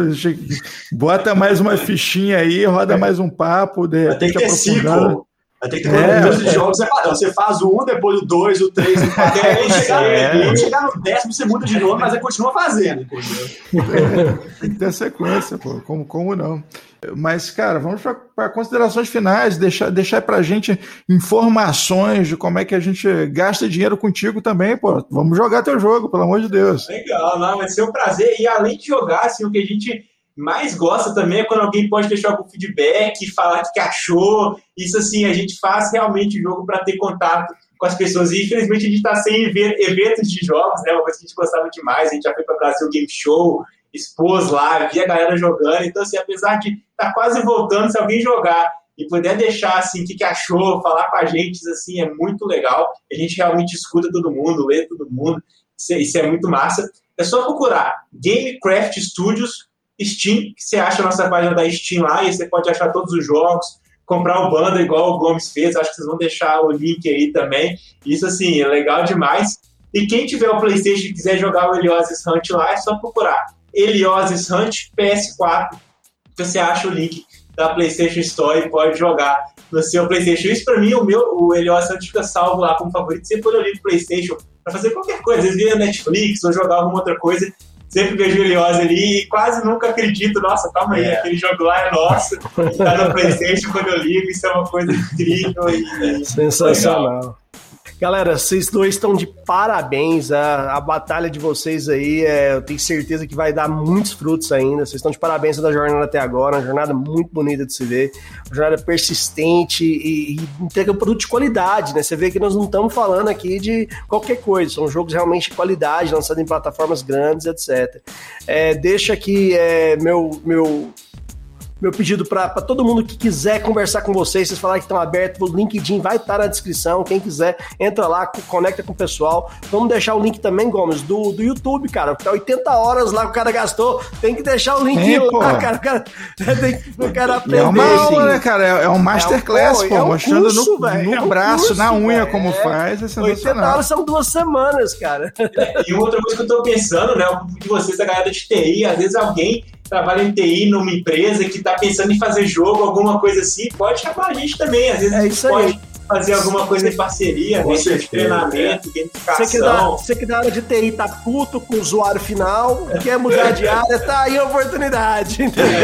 A: Bota mais uma fichinha aí, roda mais um papo.
E: Vai ter que ter ciclo. Vai ter que ter número de jogos separado. Você faz o 1, depois o 2, o 3, o 4. Chegar no 10º, você muda de novo, mas aí continua fazendo.
A: Tem que ter sequência, pô. Como não? Mas, cara, vamos para considerações finais. Deixar pra gente informações de como é que a gente gasta dinheiro contigo também, pô. Vamos jogar teu jogo, pelo amor de Deus.
D: Legal, não, vai ser um prazer. E além de jogar, assim, o que a gente mais gosta também é quando alguém pode deixar algum feedback, falar o que achou. Isso, assim, a gente faz realmente o jogo para ter contato com as pessoas. E, infelizmente, a gente está sem eventos de jogos, né? Uma coisa que a gente gostava demais. A gente já foi para o Brasil Game Show, expôs lá, via a galera jogando. Então, assim, apesar de estar quase voltando, se alguém jogar e puder deixar, assim, o que achou, falar com a gente, assim, é muito legal. A gente realmente escuta todo mundo, lê todo mundo. Isso é muito massa. É só procurar Gamecraft Studios, Steam, que você acha a nossa página da Steam lá, e você pode achar todos os jogos, comprar o bundle igual o Gomes fez, acho que vocês vão deixar o link aí também. Isso, assim, é legal demais. E quem tiver o PlayStation e quiser jogar o Eliosis Hunt lá, é só procurar Eliosis Hunt PS4, que você acha o link da PlayStation Store e pode jogar no seu PlayStation. Isso, pra mim, o Eliosis Hunt fica salvo lá como favorito, sempre quando eu ligo o PlayStation pra fazer qualquer coisa, às vezes via Netflix ou jogar alguma outra coisa. Sempre vejo o Eliose ali e quase nunca acredito, nossa, calma aí, aquele jogo lá é nosso, tá no PlayStation quando eu ligo, isso é uma coisa incrível e
C: sensacional. Legal. Galera, vocês dois estão de parabéns, a batalha de vocês aí, eu tenho certeza que vai dar muitos frutos ainda, vocês estão de parabéns da jornada até agora, uma jornada muito bonita de se ver, uma jornada persistente e entrega um produto de qualidade, né? Você vê que nós não estamos falando aqui de qualquer coisa, são jogos realmente de qualidade, lançados em plataformas grandes, etc. Deixa aqui meu pedido para todo mundo que quiser conversar com vocês falarem que estão abertos, o LinkedIn vai estar na descrição, quem quiser, entra lá, conecta com o pessoal. Vamos deixar o link também, Gomes, do YouTube, cara, tá 80 horas lá que o cara gastou, tem que deixar o link lá, cara, o cara aprender.
A: É uma aula, né, cara, é um masterclass, mostrando curso, no braço, curso, na unha, como faz, é sensacional.
C: 80 horas são 2 semanas, cara.
D: E outra coisa que eu tô pensando, né, o público de vocês, a galera de TI, às vezes alguém trabalha em TI numa empresa que está pensando em fazer jogo, alguma coisa assim, pode chamar a gente também. Às vezes a gente pode fazer alguma coisa em parceria, né? De treinamento, gamificação.
C: Você que da área de TI tá puto com o usuário final, quer mudar de área, tá aí a oportunidade, entendeu?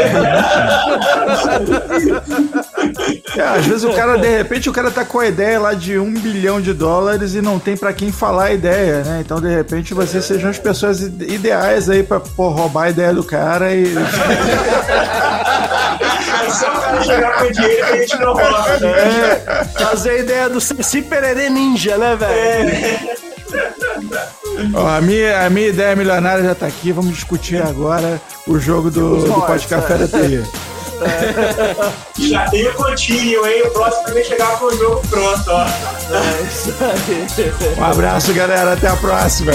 A: Às vezes de repente o cara tá com a ideia lá de $1 bilhão e não tem pra quem falar a ideia, né? Então, de repente, vocês sejam as pessoas ideais aí pra roubar a ideia do cara e...
D: É só o cara chegar com dinheiro que a gente não rouba.
C: Fazer a ideia do Saci Pererê Ninja, né, velho?
A: Ó, a minha ideia milionária já tá aqui, vamos discutir agora o jogo do Pod Café da TI.
D: Já tem o Continue, hein? O próximo vai chegar com o jogo pronto, ó.
C: É isso aí.
A: Um abraço, galera. Até a próxima.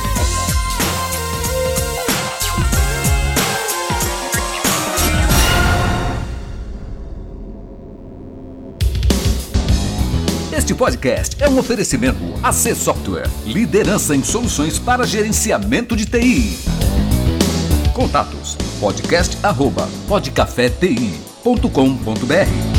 G: Este podcast é um oferecimento AC Software, liderança em soluções para gerenciamento de TI. Contatos: podcast@podcafeti.com.br